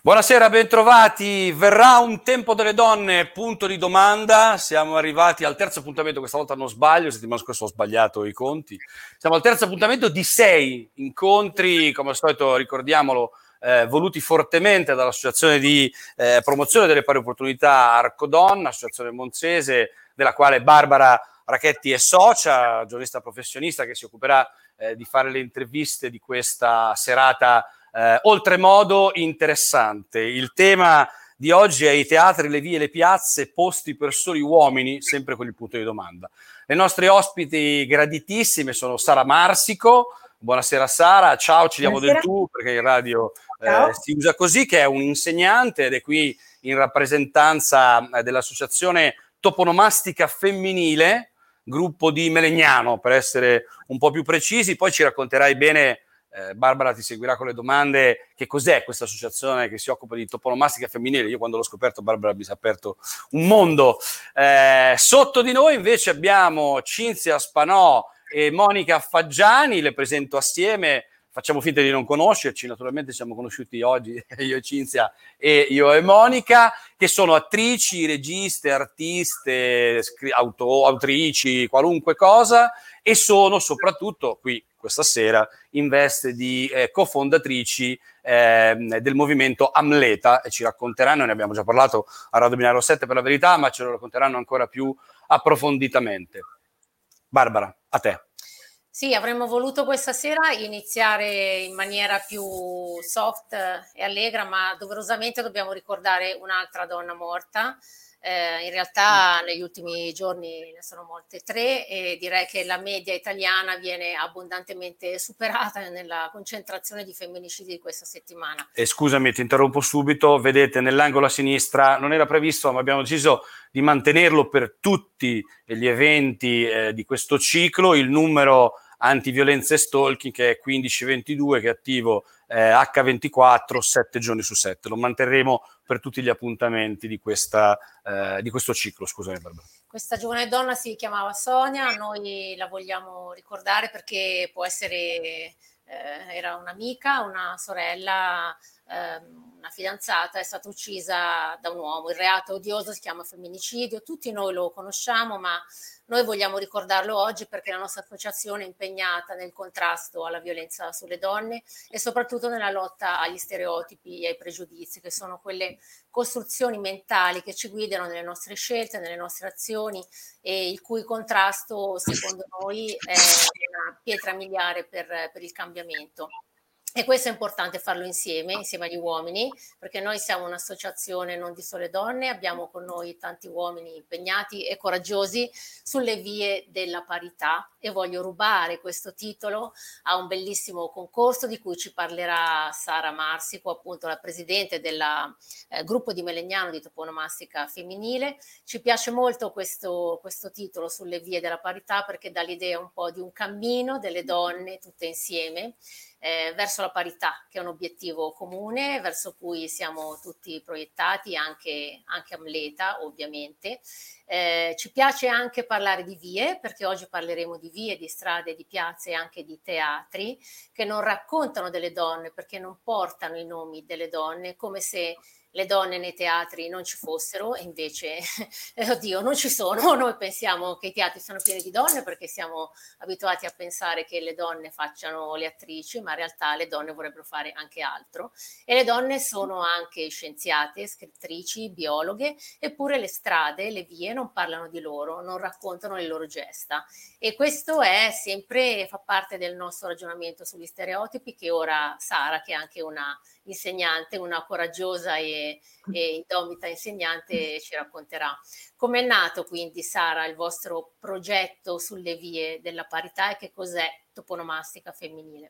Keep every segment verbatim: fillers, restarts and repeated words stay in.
Buonasera, bentrovati. Verrà un tempo delle donne, punto di domanda. Siamo arrivati al terzo appuntamento, questa volta non sbaglio, settimana scorsa ho sbagliato i conti. Siamo al terzo appuntamento di sei incontri, come al solito ricordiamolo, eh, voluti fortemente dall'Associazione di eh, Promozione delle Pari Opportunità Arcodonna, associazione monzese, della quale Barbara Rachetti è socia, giornalista professionista che si occuperà eh, di fare le interviste di questa serata Eh, oltremodo interessante. Il tema di oggi è i teatri, le vie, le piazze, posti per soli uomini, sempre con il punto di domanda. Le nostre ospiti graditissime sono Sara Marsico. Buonasera Sara, ciao, ci diamo del tu perché in radio eh, si usa così, che è un insegnante ed è qui in rappresentanza eh, dell'associazione toponomastica femminile, gruppo di Melegnano per essere un po' più precisi. Poi ci racconterai bene, Eh, Barbara ti seguirà con le domande, che cos'è questa associazione che si occupa di toponomastica femminile. Io quando l'ho scoperto, Barbara, mi si è aperto un mondo. Eh, sotto di noi invece abbiamo Cinzia Spanò e Monica Faggiani, le presento assieme, facciamo finta di non conoscerci, naturalmente ci siamo conosciuti oggi, io e Cinzia e io e Monica, che sono attrici, registe, artiste, scri- auto- autrici, qualunque cosa, e sono soprattutto qui questa sera in veste di eh, cofondatrici eh, del movimento Amleta, e ci racconteranno, ne abbiamo già parlato a Radio Binario sette per la verità, ma ce lo racconteranno ancora più approfonditamente. Barbara, a te. Sì, avremmo voluto questa sera iniziare in maniera più soft e allegra, ma doverosamente dobbiamo ricordare un'altra donna morta. Eh, in realtà negli ultimi giorni ne sono morte tre e direi che la media italiana viene abbondantemente superata nella concentrazione di femminicidi di questa settimana. E scusami, ti interrompo subito, vedete nell'angolo a sinistra, non era previsto, ma abbiamo deciso di mantenerlo per tutti gli eventi eh, di questo ciclo, il numero antiviolenza e stalking, che è quindici ventidue, che è attivo eh, acca ventiquattro, sette giorni su sette. Lo manterremo per tutti gli appuntamenti di, questa, eh, di questo ciclo. Scusami, Barbara. Questa giovane donna si chiamava Sonia, noi la vogliamo ricordare perché può essere, eh, era un'amica, una sorella, eh, una fidanzata, è stata uccisa da un uomo. Il reato odioso si chiama femminicidio, tutti noi lo conosciamo, ma noi vogliamo ricordarlo oggi perché la nostra associazione è impegnata nel contrasto alla violenza sulle donne e soprattutto nella lotta agli stereotipi e ai pregiudizi, che sono quelle costruzioni mentali che ci guidano nelle nostre scelte, nelle nostre azioni, e il cui contrasto, secondo noi, è una pietra miliare per, per il cambiamento. E questo è importante farlo insieme, insieme agli uomini, perché noi siamo un'associazione non di sole donne, abbiamo con noi tanti uomini impegnati e coraggiosi sulle vie della parità, e voglio rubare questo titolo a un bellissimo concorso di cui ci parlerà Sara Marsico, appunto la presidente del eh, gruppo di Melegnano di toponomastica femminile. Ci piace molto questo, questo titolo, sulle vie della parità, perché dà l'idea un po' di un cammino delle donne tutte insieme Eh, verso la parità, che è un obiettivo comune verso cui siamo tutti proiettati, anche, anche Amleta ovviamente. Eh, ci piace anche parlare di vie, perché oggi parleremo di vie, di strade, di piazze e anche di teatri che non raccontano delle donne, perché non portano i nomi delle donne, come se le donne nei teatri non ci fossero, e invece, eh, oddio, non ci sono. Noi pensiamo che i teatri sono pieni di donne perché siamo abituati a pensare che le donne facciano le attrici, ma in realtà le donne vorrebbero fare anche altro. E le donne sono anche scienziate, scrittrici, biologhe, eppure le strade, le vie non parlano di loro, non raccontano le loro gesta. E questo è sempre, fa parte del nostro ragionamento sugli stereotipi, che ora Sara, che è anche una insegnante, una coraggiosa e, e indomita insegnante, ci racconterà. Com'è nato quindi, Sara, il vostro progetto sulle vie della parità e che cos'è toponomastica femminile?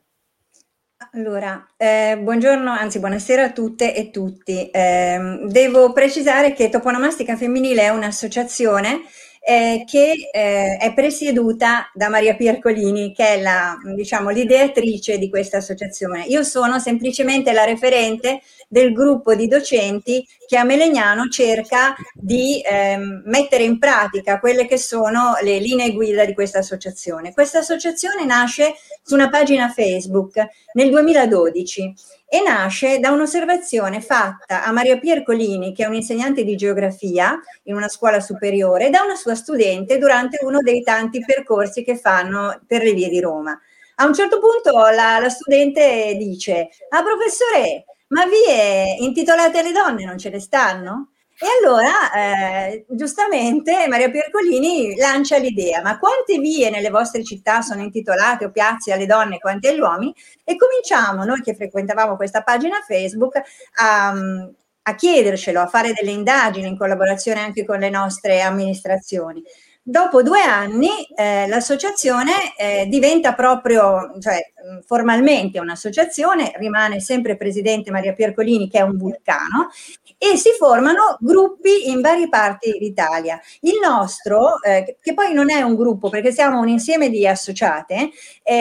Allora, eh, buongiorno, anzi buonasera a tutte e tutti. Eh, devo precisare che Toponomastica Femminile è un'associazione eh, che eh, è presieduta da Maria Piercolini, che è la, diciamo, l'ideatrice di questa associazione. Io sono semplicemente la referente del gruppo di docenti che a Melegnano cerca di ehm, mettere in pratica quelle che sono le linee guida di questa associazione. Questa associazione nasce su una pagina Facebook nel duemiladodici e nasce da un'osservazione fatta a Maria Piercolini, che è un'insegnante di geografia in una scuola superiore, e da una sua studente durante uno dei tanti percorsi che fanno per le vie di Roma. A un certo punto la, la studente dice: ah, professore, ma vie intitolate alle donne non ce ne stanno? E allora, eh, giustamente, Maria Piercolini lancia l'idea: ma quante vie nelle vostre città sono intitolate o piazze alle donne, quante agli uomini? E cominciamo, noi che frequentavamo questa pagina Facebook, a, a chiedercelo, a fare delle indagini in collaborazione anche con le nostre amministrazioni. Dopo due anni eh, l'associazione eh, diventa proprio, cioè formalmente un'associazione, rimane sempre presidente Maria Piercolini, che è un vulcano, e si formano gruppi in varie parti d'Italia. Il nostro, eh, che poi non è un gruppo perché siamo un insieme di associate,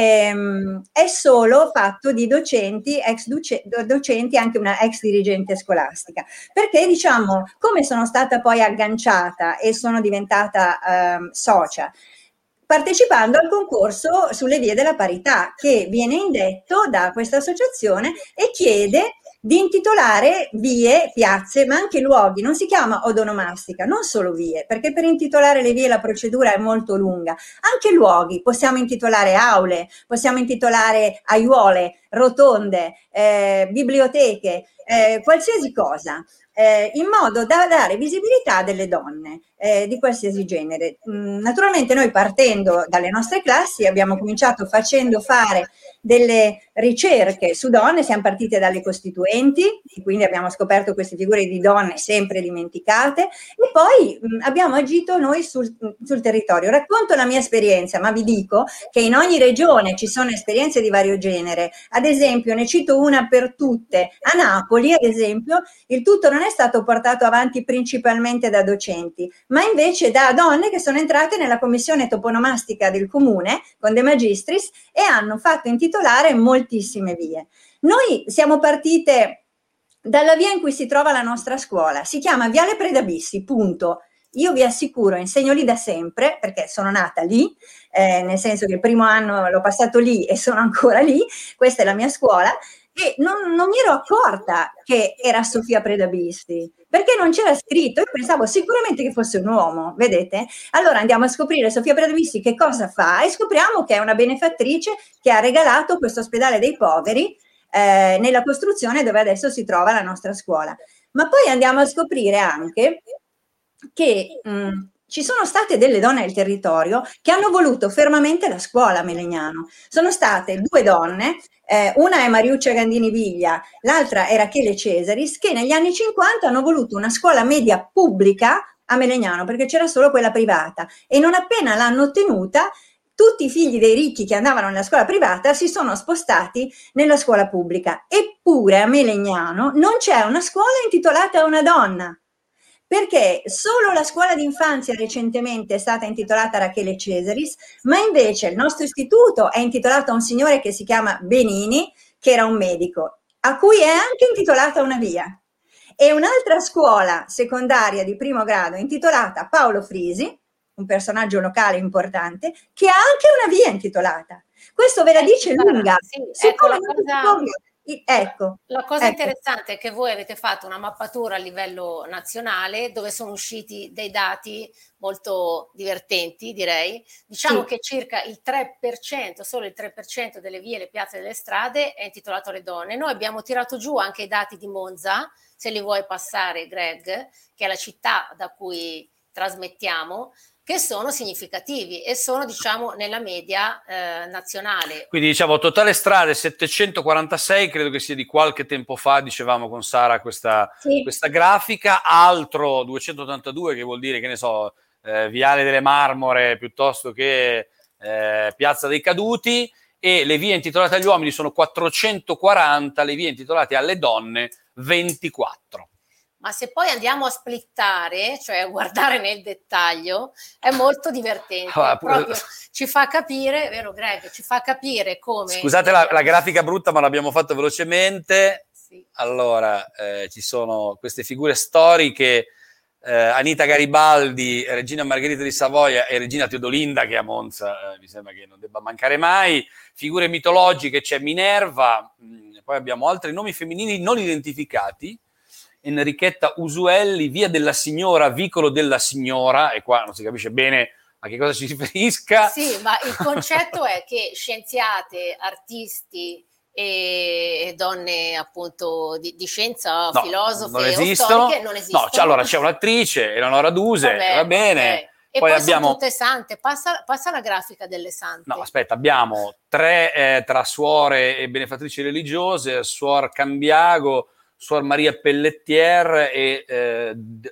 ehm, è solo fatto di docenti, ex docenti, anche una ex dirigente scolastica, perché diciamo, come sono stata poi agganciata e sono diventata eh, socia, partecipando al concorso sulle vie della parità che viene indetto da questa associazione e chiede di intitolare vie, piazze, ma anche luoghi. Non si chiama odonomastica, non solo vie, perché per intitolare le vie la procedura è molto lunga. Anche luoghi, possiamo intitolare aule, possiamo intitolare aiuole, rotonde, eh, biblioteche, eh, qualsiasi cosa. Eh, in modo da dare visibilità delle donne eh, di qualsiasi genere. Mm, naturalmente noi, partendo dalle nostre classi, abbiamo cominciato facendo fare delle ricerche su donne, siamo partite dalle costituenti e quindi abbiamo scoperto queste figure di donne sempre dimenticate, e poi mh, abbiamo agito noi sul, sul territorio. Racconto la mia esperienza, ma vi dico che in ogni regione ci sono esperienze di vario genere. Ad esempio, ne cito una per tutte: a Napoli, ad esempio, il tutto non è stato portato avanti principalmente da docenti, ma invece da donne che sono entrate nella commissione toponomastica del comune con De Magistris e hanno fatto intitolare moltissime vie. Noi siamo partite dalla via in cui si trova la nostra scuola, si chiama Viale Predabissi, punto. Io vi assicuro, insegno lì da sempre, perché sono nata lì, eh, nel senso che il primo anno l'ho passato lì e sono ancora lì, questa è la mia scuola, e non, non mi ero accorta che era Sofia Predabissi, perché non c'era scritto. Io pensavo sicuramente che fosse un uomo, vedete? Allora andiamo a scoprire Sofia Predabissi che cosa fa, e scopriamo che è una benefattrice che ha regalato questo ospedale dei poveri eh, nella costruzione dove adesso si trova la nostra scuola. Ma poi andiamo a scoprire anche che mh, ci sono state delle donne del territorio che hanno voluto fermamente la scuola a Melegnano. Sono state due donne, eh, una è Mariuccia Gandini Viglia, l'altra è Rachele Cesaris, che negli anni cinquanta hanno voluto una scuola media pubblica a Melegnano, perché c'era solo quella privata, e non appena l'hanno ottenuta, tutti i figli dei ricchi che andavano nella scuola privata si sono spostati nella scuola pubblica. Eppure a Melegnano non c'è una scuola intitolata a una donna, perché solo la scuola d'infanzia recentemente è stata intitolata a Rachele Cesaris, ma invece il nostro istituto è intitolato a un signore che si chiama Benini, che era un medico, a cui è anche intitolata una via. E un'altra scuola secondaria di primo grado intitolata a Paolo Frisi, un personaggio locale importante, che ha anche una via intitolata. Questo ve la dice lunga. Sì, ecco, la cosa... Ecco, la cosa ecco. interessante è che voi avete fatto una mappatura a livello nazionale dove sono usciti dei dati molto divertenti, direi. Diciamo sì. Che circa il tre per cento, solo il tre per cento delle vie, le piazze e delle strade è intitolato alle donne. Noi abbiamo tirato giù anche i dati di Monza, se li vuoi passare, Greg, che è la città da cui trasmettiamo, che sono significativi e sono, diciamo, nella media eh, nazionale. Quindi, diciamo, totale strade settecentoquarantasei, credo che sia di qualche tempo fa, dicevamo con Sara questa, sì. questa grafica, altro duecentottantadue, che vuol dire, che ne so, eh, Viale delle Marmore piuttosto che eh, Piazza dei Caduti, e le vie intitolate agli uomini sono quattrocentoquaranta, le vie intitolate alle donne ventiquattro. Ma se poi andiamo a splittare, cioè a guardare nel dettaglio, è molto divertente. Ah, proprio ci fa capire, vero Greg? Ci fa capire come... Scusate la, la grafica brutta, ma l'abbiamo fatto velocemente. Sì. Allora, eh, ci sono queste figure storiche, eh, Anita Garibaldi, Regina Margherita di Savoia e Regina Teodolinda, che a Monza eh, mi sembra che non debba mancare mai. Figure mitologiche, c'è Minerva, mh, poi abbiamo altri nomi femminili non identificati. Enrichetta Usuelli, via della Signora, vicolo della Signora, e qua non si capisce bene a che cosa si riferisca. Sì, ma il concetto è che scienziate, artisti e donne appunto di, di scienza, no, filosofe non o esistono. storiche non esistono. No, c'è, allora c'è un'attrice, Eleonora Duse, Vabbè, va bene. okay. E poi, poi abbiamo... sono tutte sante, passa, passa la grafica delle sante. No, aspetta, abbiamo tre eh, tra suore e benefattrici religiose, Suor Cambiago, Suor Maria Pelletier e eh,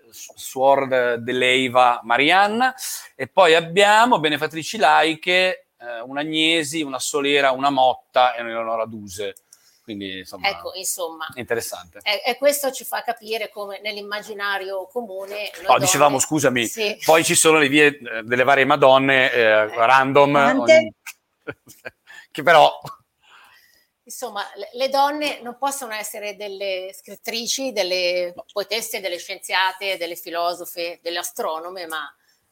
Suor Deleiva Marianna, e poi abbiamo benefattrici laiche, eh, un'Agnesi, una Solera, una Motta e un'Eleonora Duse. Quindi, insomma, ecco, insomma, interessante. E, e questo ci fa capire come nell'immaginario comune... Noi no, donne, dicevamo, scusami, sì. Poi ci sono le vie eh, delle varie Madonne eh, eh, random, ogni... che però... Insomma, le, le donne non possono essere delle scrittrici, delle no. poetesse, delle scienziate, delle filosofe, delle astronome, ma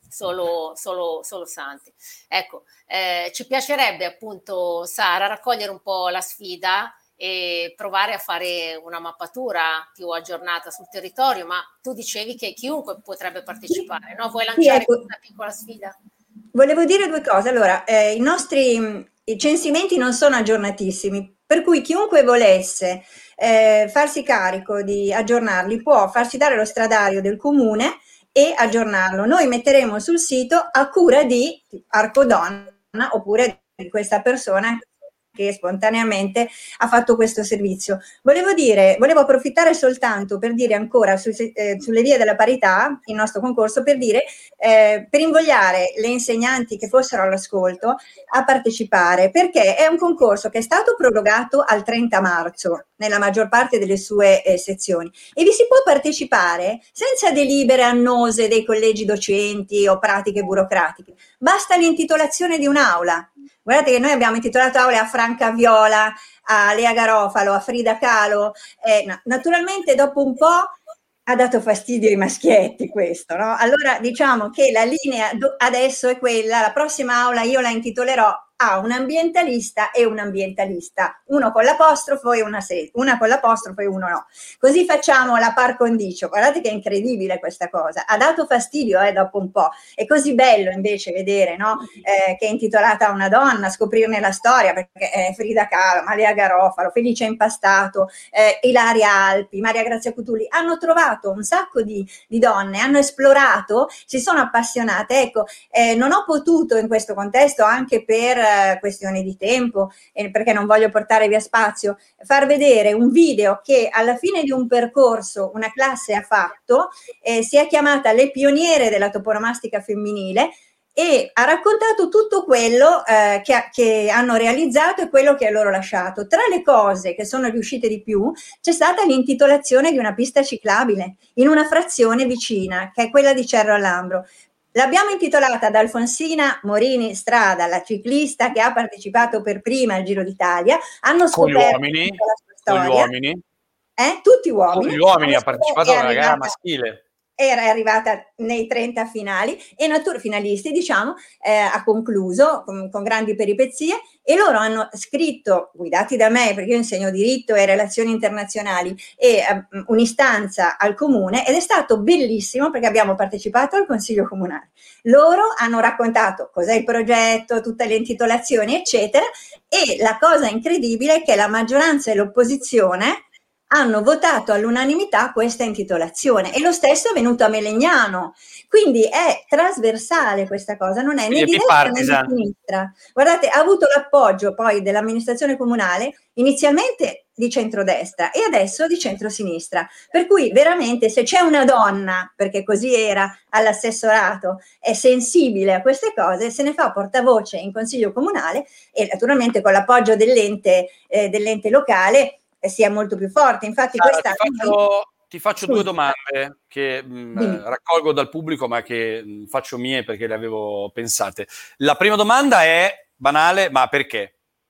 solo, solo, solo santi. Ecco, eh, ci piacerebbe appunto, Sara, raccogliere un po' la sfida e provare a fare una mappatura più aggiornata sul territorio, ma tu dicevi che chiunque potrebbe partecipare, no? Vuoi lanciare sì, ecco, questa piccola sfida? Volevo dire due cose. Allora, eh, i nostri i censimenti non sono aggiornatissimi, per cui chiunque volesse eh, farsi carico di aggiornarli può farsi dare lo stradario del comune e aggiornarlo. Noi metteremo sul sito a cura di Arcodonna oppure di questa persona che spontaneamente ha fatto questo servizio. Volevo dire, volevo approfittare soltanto per dire ancora su, eh, sulle vie della parità, il nostro concorso, per dire, eh, per invogliare le insegnanti che fossero all'ascolto a partecipare, perché è un concorso che è stato prorogato al trenta marzo nella maggior parte delle sue eh, sezioni, e vi si può partecipare senza delibere annose dei collegi docenti o pratiche burocratiche, basta l'intitolazione di un'aula. Guardate che noi abbiamo intitolato aule a Franca Viola, a Lea Garofalo, a Frida Kahlo. Eh, no, naturalmente dopo un po' ha dato fastidio ai maschietti questo, no? Allora diciamo che la linea adesso è quella, la prossima aula io la intitolerò a un ambientalista e un ambientalista, uno con l'apostrofo e una, se- una con l'apostrofo e uno no. Così facciamo la par condicio. Guardate che è incredibile questa cosa. Ha dato fastidio eh, dopo un po'. È così bello invece vedere, no? Eh, che è intitolata a una donna, scoprirne la storia, perché è Frida Kahlo, Maria Garofalo, Felice Impastato, eh, Ilaria Alpi, Maria Grazia Cutuli, hanno trovato un sacco di, di donne, hanno esplorato, si sono appassionate. Ecco, eh, non ho potuto in questo contesto, anche per questioni di tempo e perché non voglio portare via spazio, far vedere un video che alla fine di un percorso una classe ha fatto, eh, si è chiamata Le pioniere della toponomastica femminile, e ha raccontato tutto quello eh, che, che hanno realizzato e quello che è loro lasciato. Tra le cose che sono riuscite di più c'è stata l'intitolazione di una pista ciclabile in una frazione vicina, che è quella di Cerro Allambro. L'abbiamo intitolata ad Alfonsina Morini Strada, la ciclista che ha partecipato per prima al Giro d'Italia. Hanno scoperto con gli uomini, la sua storia. Con gli uomini. Eh? Tutti uomini. Con gli uomini ha partecipato alla gara maschile. Era arrivata nei trenta finali e natur- finalisti, diciamo, eh, ha concluso con, con grandi peripezie, e loro hanno scritto, guidati da me, perché io insegno diritto e relazioni internazionali, e eh, un'istanza al comune, ed è stato bellissimo perché abbiamo partecipato al consiglio comunale. Loro hanno raccontato cos'è il progetto, tutte le intitolazioni, eccetera, e la cosa incredibile è che la maggioranza e l'opposizione hanno votato all'unanimità questa intitolazione, e lo stesso è venuto a Melegnano. Quindi è trasversale questa cosa, non è né di destra né di sinistra. Guardate, ha avuto l'appoggio poi dell'amministrazione comunale, inizialmente di centrodestra e adesso di centrosinistra. Per cui veramente, se c'è una donna, perché così era all'assessorato, è sensibile a queste cose, se ne fa portavoce in consiglio comunale, e naturalmente con l'appoggio dell'ente, eh, dell'ente locale, sia molto più forte. Infatti Sara, quest'anno ti faccio, ti faccio sì. due domande che mh, raccolgo dal pubblico, ma che mh, faccio mie perché le avevo pensate. La prima domanda è banale, ma perché?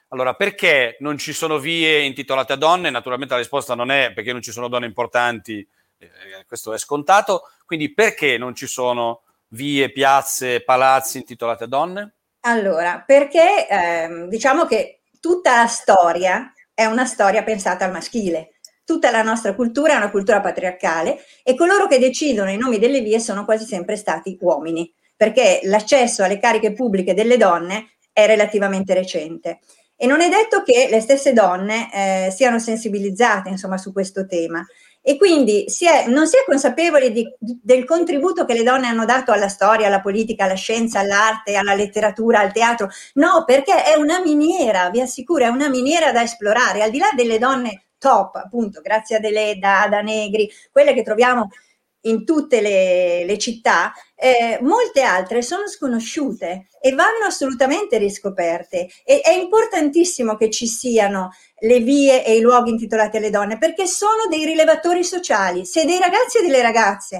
Allora, perché non ci sono vie intitolate a donne? Naturalmente la risposta non è perché non ci sono donne importanti, eh, questo è scontato, quindi perché non ci sono vie, piazze, palazzi intitolate a donne? Allora, perché ehm, diciamo che tutta la storia è una storia pensata al maschile. Tutta la nostra cultura è una cultura patriarcale e coloro che decidono i nomi delle vie sono quasi sempre stati uomini, perché l'accesso alle cariche pubbliche delle donne è relativamente recente. E non è detto che le stesse donne eh, siano sensibilizzate, insomma, su questo tema. E quindi si è, non si è consapevoli di, del contributo che le donne hanno dato alla storia, alla politica, alla scienza, all'arte, alla letteratura, al teatro. No, perché è una miniera, vi assicuro, è una miniera da esplorare. Al di là delle donne top, appunto, Grazia Deledda, Ada Negri, quelle che troviamo in tutte le, le città, eh, molte altre sono sconosciute e vanno assolutamente riscoperte. E è importantissimo che ci siano le vie e i luoghi intitolati alle donne, perché sono dei rilevatori sociali. Se dei ragazzi e delle ragazze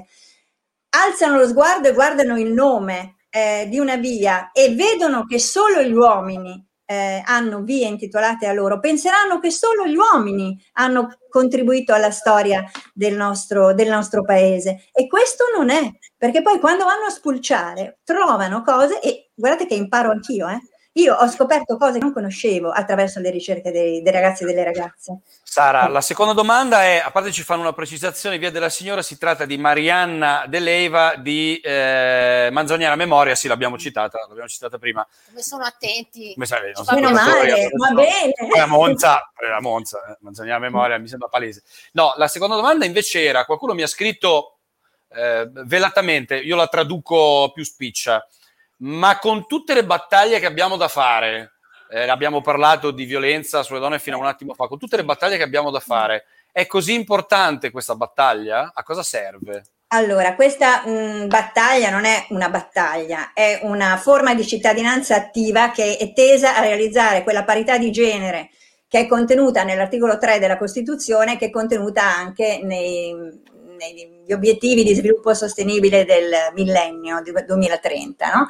alzano lo sguardo e guardano il nome eh, di una via e vedono che solo gli uomini eh, hanno vie intitolate a loro, penseranno che solo gli uomini hanno contribuito alla storia del nostro, del nostro paese. E questo non è, perché poi quando vanno a spulciare trovano cose, e guardate che imparo anch'io, eh. Io ho scoperto cose che non conoscevo attraverso le ricerche dei, dei ragazzi e delle ragazze. Sara, la seconda domanda è, a parte ci fanno una precisazione, via della signora, si tratta di Marianna De Leyva di eh, Manzoniana Memoria, sì, l'abbiamo citata, l'abbiamo citata prima. Come sono attenti. Come sai, non Meno male, va bene. Poi a Monza, a Monza, eh, Manzoniana Memoria, mi sembra palese. No, la seconda domanda invece era, qualcuno mi ha scritto eh, velatamente, io la traduco più spiccia, ma con tutte le battaglie che abbiamo da fare, eh, abbiamo parlato di violenza sulle donne fino a un attimo fa, con tutte le battaglie che abbiamo da fare, è così importante questa battaglia? A cosa serve? Allora, questa mh, battaglia non è una battaglia, è una forma di cittadinanza attiva che è tesa a realizzare quella parità di genere che è contenuta nell'articolo tre della Costituzione, che è contenuta anche nei, negli obiettivi di sviluppo sostenibile del millennio duemilatrenta, no?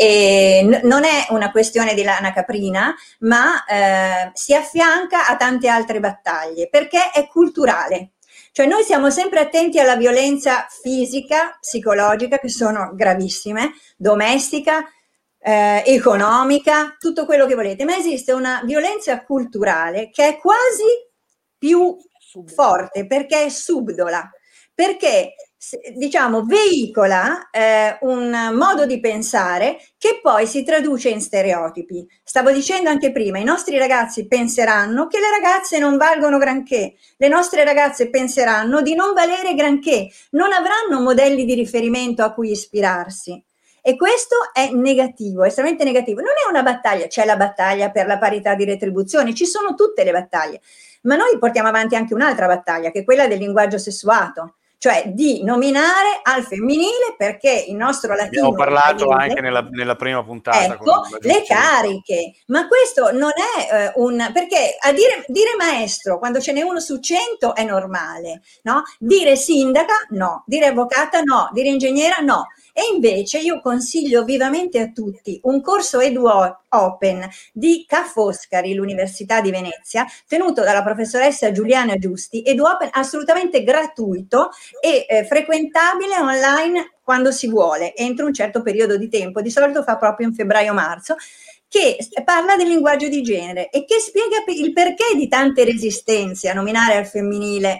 E n- non è una questione di lana caprina, ma eh, si affianca a tante altre battaglie, perché è culturale. Cioè noi siamo sempre attenti alla violenza fisica, psicologica, che sono gravissime, domestica, eh, economica, tutto quello che volete, ma esiste una violenza culturale che è quasi più forte perché è subdola, perché diciamo veicola eh, un modo di pensare che poi si traduce in stereotipi. Stavo dicendo anche prima, i nostri ragazzi penseranno che le ragazze non valgono granché, le nostre ragazze penseranno di non valere granché, non avranno modelli di riferimento a cui ispirarsi. E questo è negativo, è estremamente negativo. Non è una battaglia, c'è la battaglia per la parità di retribuzione, ci sono tutte le battaglie, ma noi portiamo avanti anche un'altra battaglia, che è quella del linguaggio sessuato, cioè di nominare al femminile, perché il nostro latino... Abbiamo parlato anche nella, nella prima puntata. Ecco, le cariche, ma questo non è eh, un... perché a dire, dire maestro quando ce n'è uno su cento è normale, no? Dire sindaca no, dire avvocata no, dire ingegnera no. E invece io consiglio vivamente a tutti un corso Edu Open di Ca' Foscari, l'Università di Venezia, tenuto dalla professoressa Giuliana Giusti, Edu Open assolutamente gratuito e eh, frequentabile online quando si vuole, entro un certo periodo di tempo, di solito fa proprio in febbraio-marzo, che parla del linguaggio di genere e che spiega il perché di tante resistenze a nominare al femminile.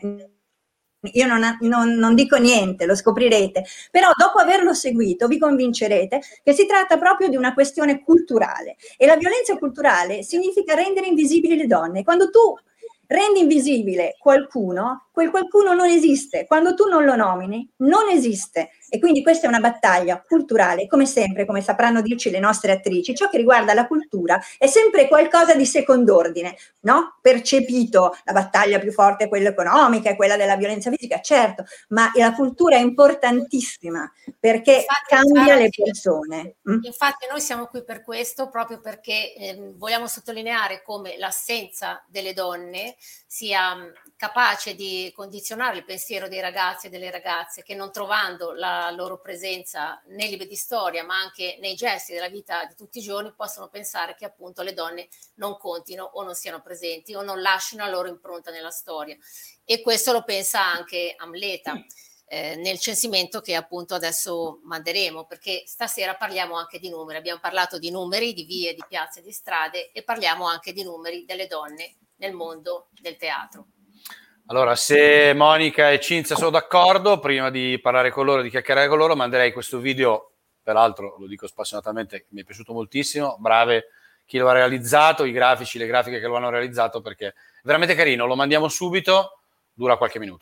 Io non, non, non dico niente, lo scoprirete, però dopo averlo seguito vi convincerete che si tratta proprio di una questione culturale, e la violenza culturale significa rendere invisibili le donne. Quando tu rendi invisibile qualcuno, quel qualcuno non esiste, quando tu non lo nomini non esiste, e quindi questa è una battaglia culturale. Come sempre, come sapranno dirci le nostre attrici, ciò che riguarda la cultura è sempre qualcosa di second'ordine, no? Percepito, la battaglia più forte è quella economica, è quella della violenza fisica, certo, ma la cultura è importantissima perché infatti, cambia Sara, le persone. Mm? Infatti noi siamo qui per questo, proprio perché eh, vogliamo sottolineare come l'assenza delle donne sia capace di condizionare il pensiero dei ragazzi e delle ragazze che, non trovando la loro presenza nei libri di storia ma anche nei gesti della vita di tutti i giorni, possono pensare che appunto le donne non contino o non siano presenti o non lasciano la loro impronta nella storia. E questo lo pensa anche Amleta eh, nel censimento che appunto adesso manderemo, perché stasera parliamo anche di numeri. Abbiamo parlato di numeri, di vie, di piazze, di strade, e parliamo anche di numeri delle donne nel mondo del teatro. Allora, se Monica e Cinzia sono d'accordo, prima di parlare con loro, di chiacchierare con loro, manderei questo video, peraltro lo dico spassionatamente, mi è piaciuto moltissimo, brave chi lo ha realizzato, i grafici, le grafiche che lo hanno realizzato, perché è veramente carino, lo mandiamo subito, dura qualche minuto.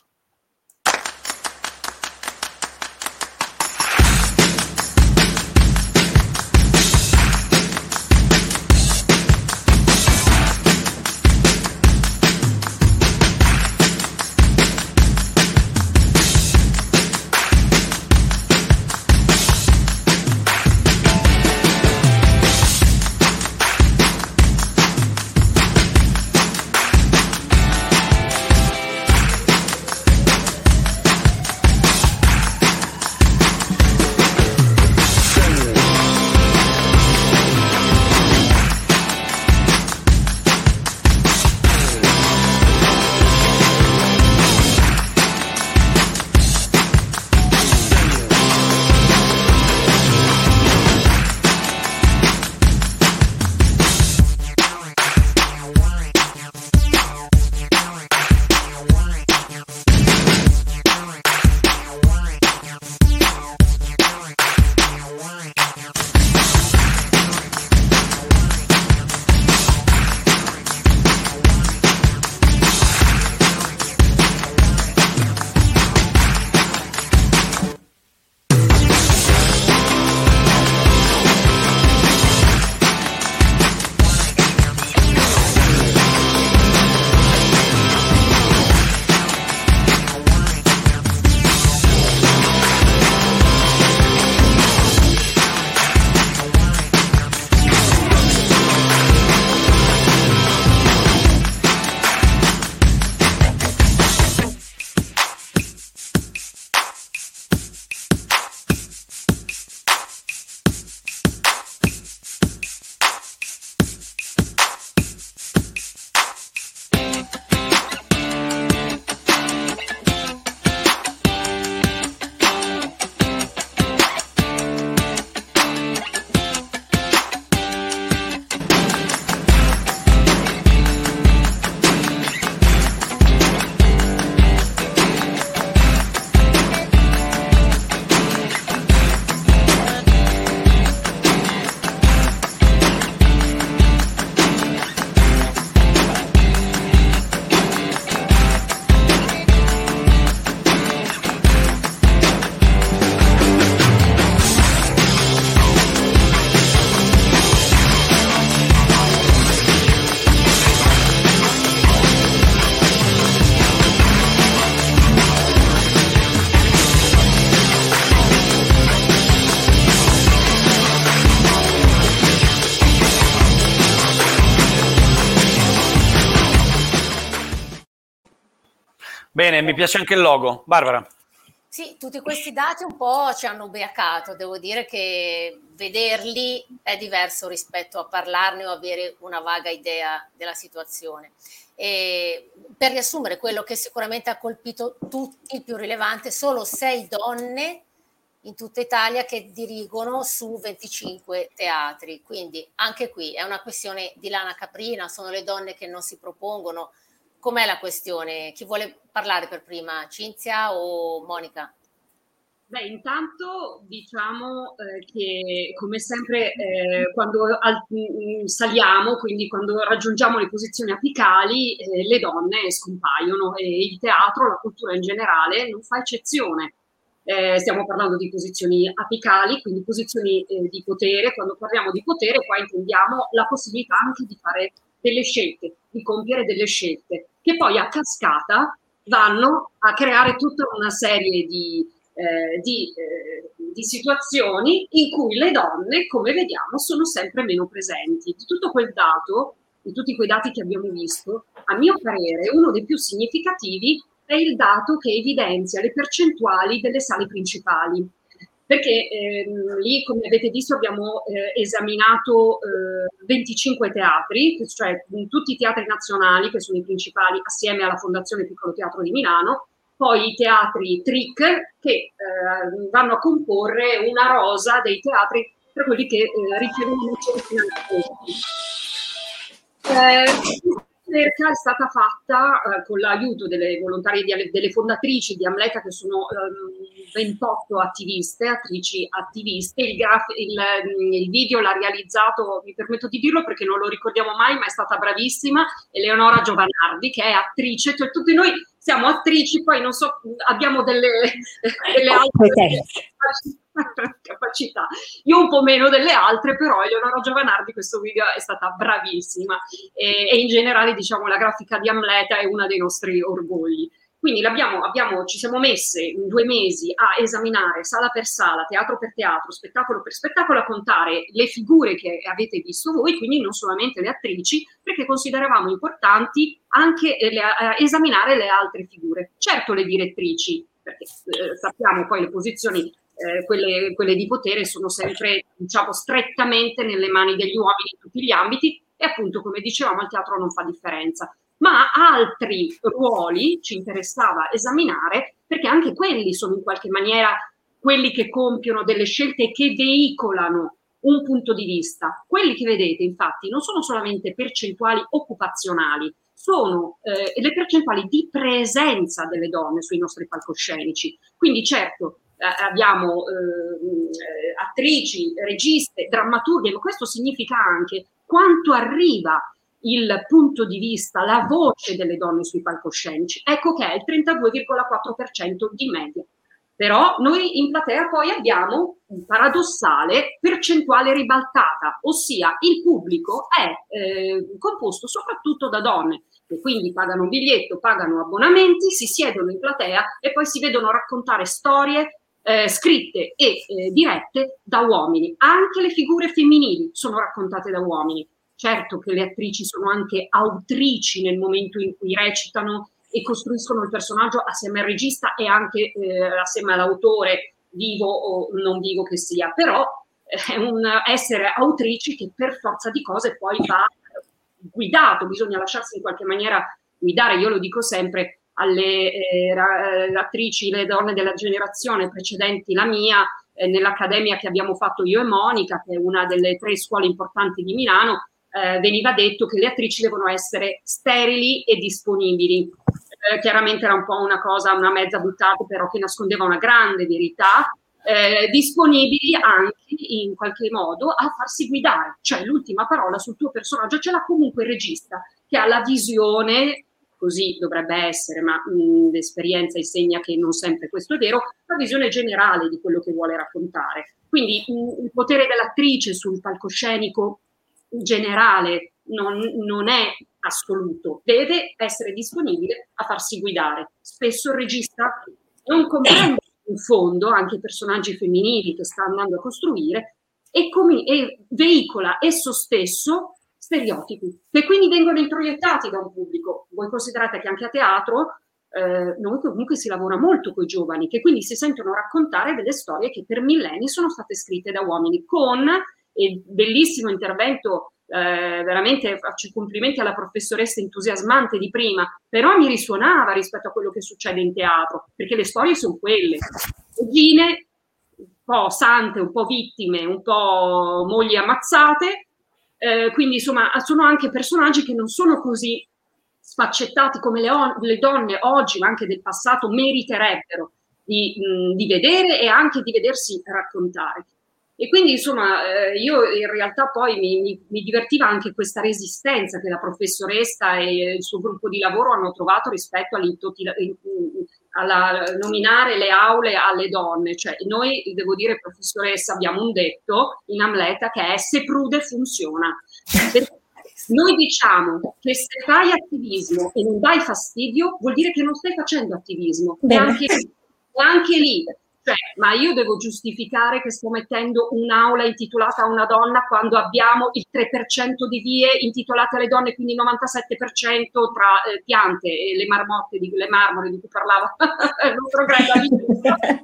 Bene, mi piace anche il logo. Barbara. Sì, tutti questi dati un po' ci hanno ubriacato, devo dire che vederli è diverso rispetto a parlarne o avere una vaga idea della situazione. E per riassumere quello che sicuramente ha colpito tutti, il più rilevante, solo sei donne in tutta Italia che dirigono su venticinque teatri, quindi anche qui è una questione di lana caprina, sono le donne che non si propongono. Com'è la questione? Chi vuole parlare per prima, Cinzia o Monica? Beh, intanto diciamo eh, che come sempre eh, quando al, saliamo, quindi quando raggiungiamo le posizioni apicali, eh, le donne scompaiono e il teatro, la cultura in generale non fa eccezione. Eh, stiamo parlando di posizioni apicali, quindi posizioni eh, di potere. Quando parliamo di potere qua intendiamo la possibilità anche di fare delle scelte, di compiere delle scelte, che poi a cascata vanno a creare tutta una serie di, eh, di, eh, di situazioni in cui le donne, come vediamo, sono sempre meno presenti. Di tutto quel dato di tutti quei dati che abbiamo visto, a mio parere uno dei più significativi è il dato che evidenzia le percentuali delle sale principali. Perché ehm, lì, come avete visto, abbiamo eh, esaminato eh, venticinque teatri, cioè tutti i teatri nazionali, che sono i principali, assieme alla Fondazione Piccolo Teatro di Milano, poi i teatri T R I C, che eh, vanno a comporre una rosa dei teatri per quelli che eh, ricevono maggiori finanziamenti. Eh, La ricerca è stata fatta eh, con l'aiuto delle volontarie, di, delle fondatrici di Amleta, che sono ehm, ventotto attiviste, attrici attiviste. Il, graf, il, il video l'ha realizzato, mi permetto di dirlo perché non lo ricordiamo mai, ma è stata bravissima, Eleonora Giovanardi, che è attrice, cioè tutti noi siamo attrici, poi non so, abbiamo delle, delle altre capacità, io un po' meno delle altre, però Eleonora Giovanardi questo video è stata bravissima e, e in generale, diciamo, la grafica di Amleta è uno dei nostri orgogli. Quindi l'abbiamo, abbiamo, ci siamo messe in due mesi a esaminare sala per sala, teatro per teatro, spettacolo per spettacolo, a contare le figure che avete visto voi, quindi non solamente le attrici, perché consideravamo importanti anche le, eh, esaminare le altre figure. Certo, le direttrici, perché eh, sappiamo poi le posizioni, eh, quelle, quelle di potere sono sempre, diciamo, strettamente nelle mani degli uomini in tutti gli ambiti, e appunto, come dicevamo, il teatro non fa differenza. Ma altri ruoli ci interessava esaminare, perché anche quelli sono in qualche maniera quelli che compiono delle scelte e che veicolano un punto di vista. Quelli che vedete, infatti, non sono solamente percentuali occupazionali, sono eh, le percentuali di presenza delle donne sui nostri palcoscenici. Quindi certo, eh, abbiamo eh, attrici, registe, drammaturghe, ma questo significa anche quanto arriva il punto di vista, la voce delle donne sui palcoscenici. Ecco che è il trentadue virgola quattro per cento di media. Però noi in platea poi abbiamo un paradossale percentuale ribaltata, ossia il pubblico è eh, composto soprattutto da donne, che quindi pagano un biglietto, pagano abbonamenti, si siedono in platea e poi si vedono raccontare storie eh, scritte e eh, dirette da uomini. Anche le figure femminili sono raccontate da uomini. Certo che le attrici sono anche autrici nel momento in cui recitano e costruiscono il personaggio assieme al regista e anche eh, assieme all'autore, vivo o non vivo che sia, però è un essere autrici che per forza di cose poi va guidato, bisogna lasciarsi in qualche maniera guidare. Io lo dico sempre alle eh, attrici, le donne della generazione precedenti la mia, eh, nell'accademia che abbiamo fatto io e Monica, che è una delle tre scuole importanti di Milano, Eh, veniva detto che le attrici devono essere sterili e disponibili. Eh, chiaramente era un po' una cosa, una mezza buttata, però che nascondeva una grande verità, eh, disponibili anche in qualche modo a farsi guidare, cioè l'ultima parola sul tuo personaggio ce l'ha comunque il regista, che ha la visione, così dovrebbe essere, ma mh, l'esperienza insegna che non sempre questo è vero, la visione generale di quello che vuole raccontare. Quindi mh, il potere dell'attrice sul palcoscenico generale non, non è assoluto, deve essere disponibile a farsi guidare. Spesso il regista non comprende in fondo anche i personaggi femminili che sta andando a costruire e, com- e veicola esso stesso stereotipi che quindi vengono introiettati da un pubblico. Voi considerate che anche a teatro eh, noi comunque si lavora molto con i giovani, che quindi si sentono raccontare delle storie che per millenni sono state scritte da uomini, con il bellissimo intervento, eh, veramente faccio i complimenti alla professoressa entusiasmante di prima, però mi risuonava rispetto a quello che succede in teatro, perché le storie sono quelle, regine, un po' sante, un po' vittime, un po' mogli ammazzate, eh, quindi insomma sono anche personaggi che non sono così sfaccettati come le, on- le donne oggi, ma anche del passato, meriterebbero di, mh, di vedere e anche di vedersi raccontare. E quindi insomma eh, io in realtà poi mi, mi, mi divertiva anche questa resistenza che la professoressa e il suo gruppo di lavoro hanno trovato rispetto alla nominare le aule alle donne. Cioè noi, devo dire professoressa, abbiamo un detto in Amleta che è: se prude funziona. Perché noi diciamo che se fai attivismo e non dai fastidio vuol dire che non stai facendo attivismo. E anche, e anche lì Cioè, ma io devo giustificare che sto mettendo un'aula intitolata a una donna quando abbiamo il tre per cento di vie intitolate alle donne, quindi il novantasette per cento tra eh, piante e le marmotte, di, le marmore di cui parlava il nostro grande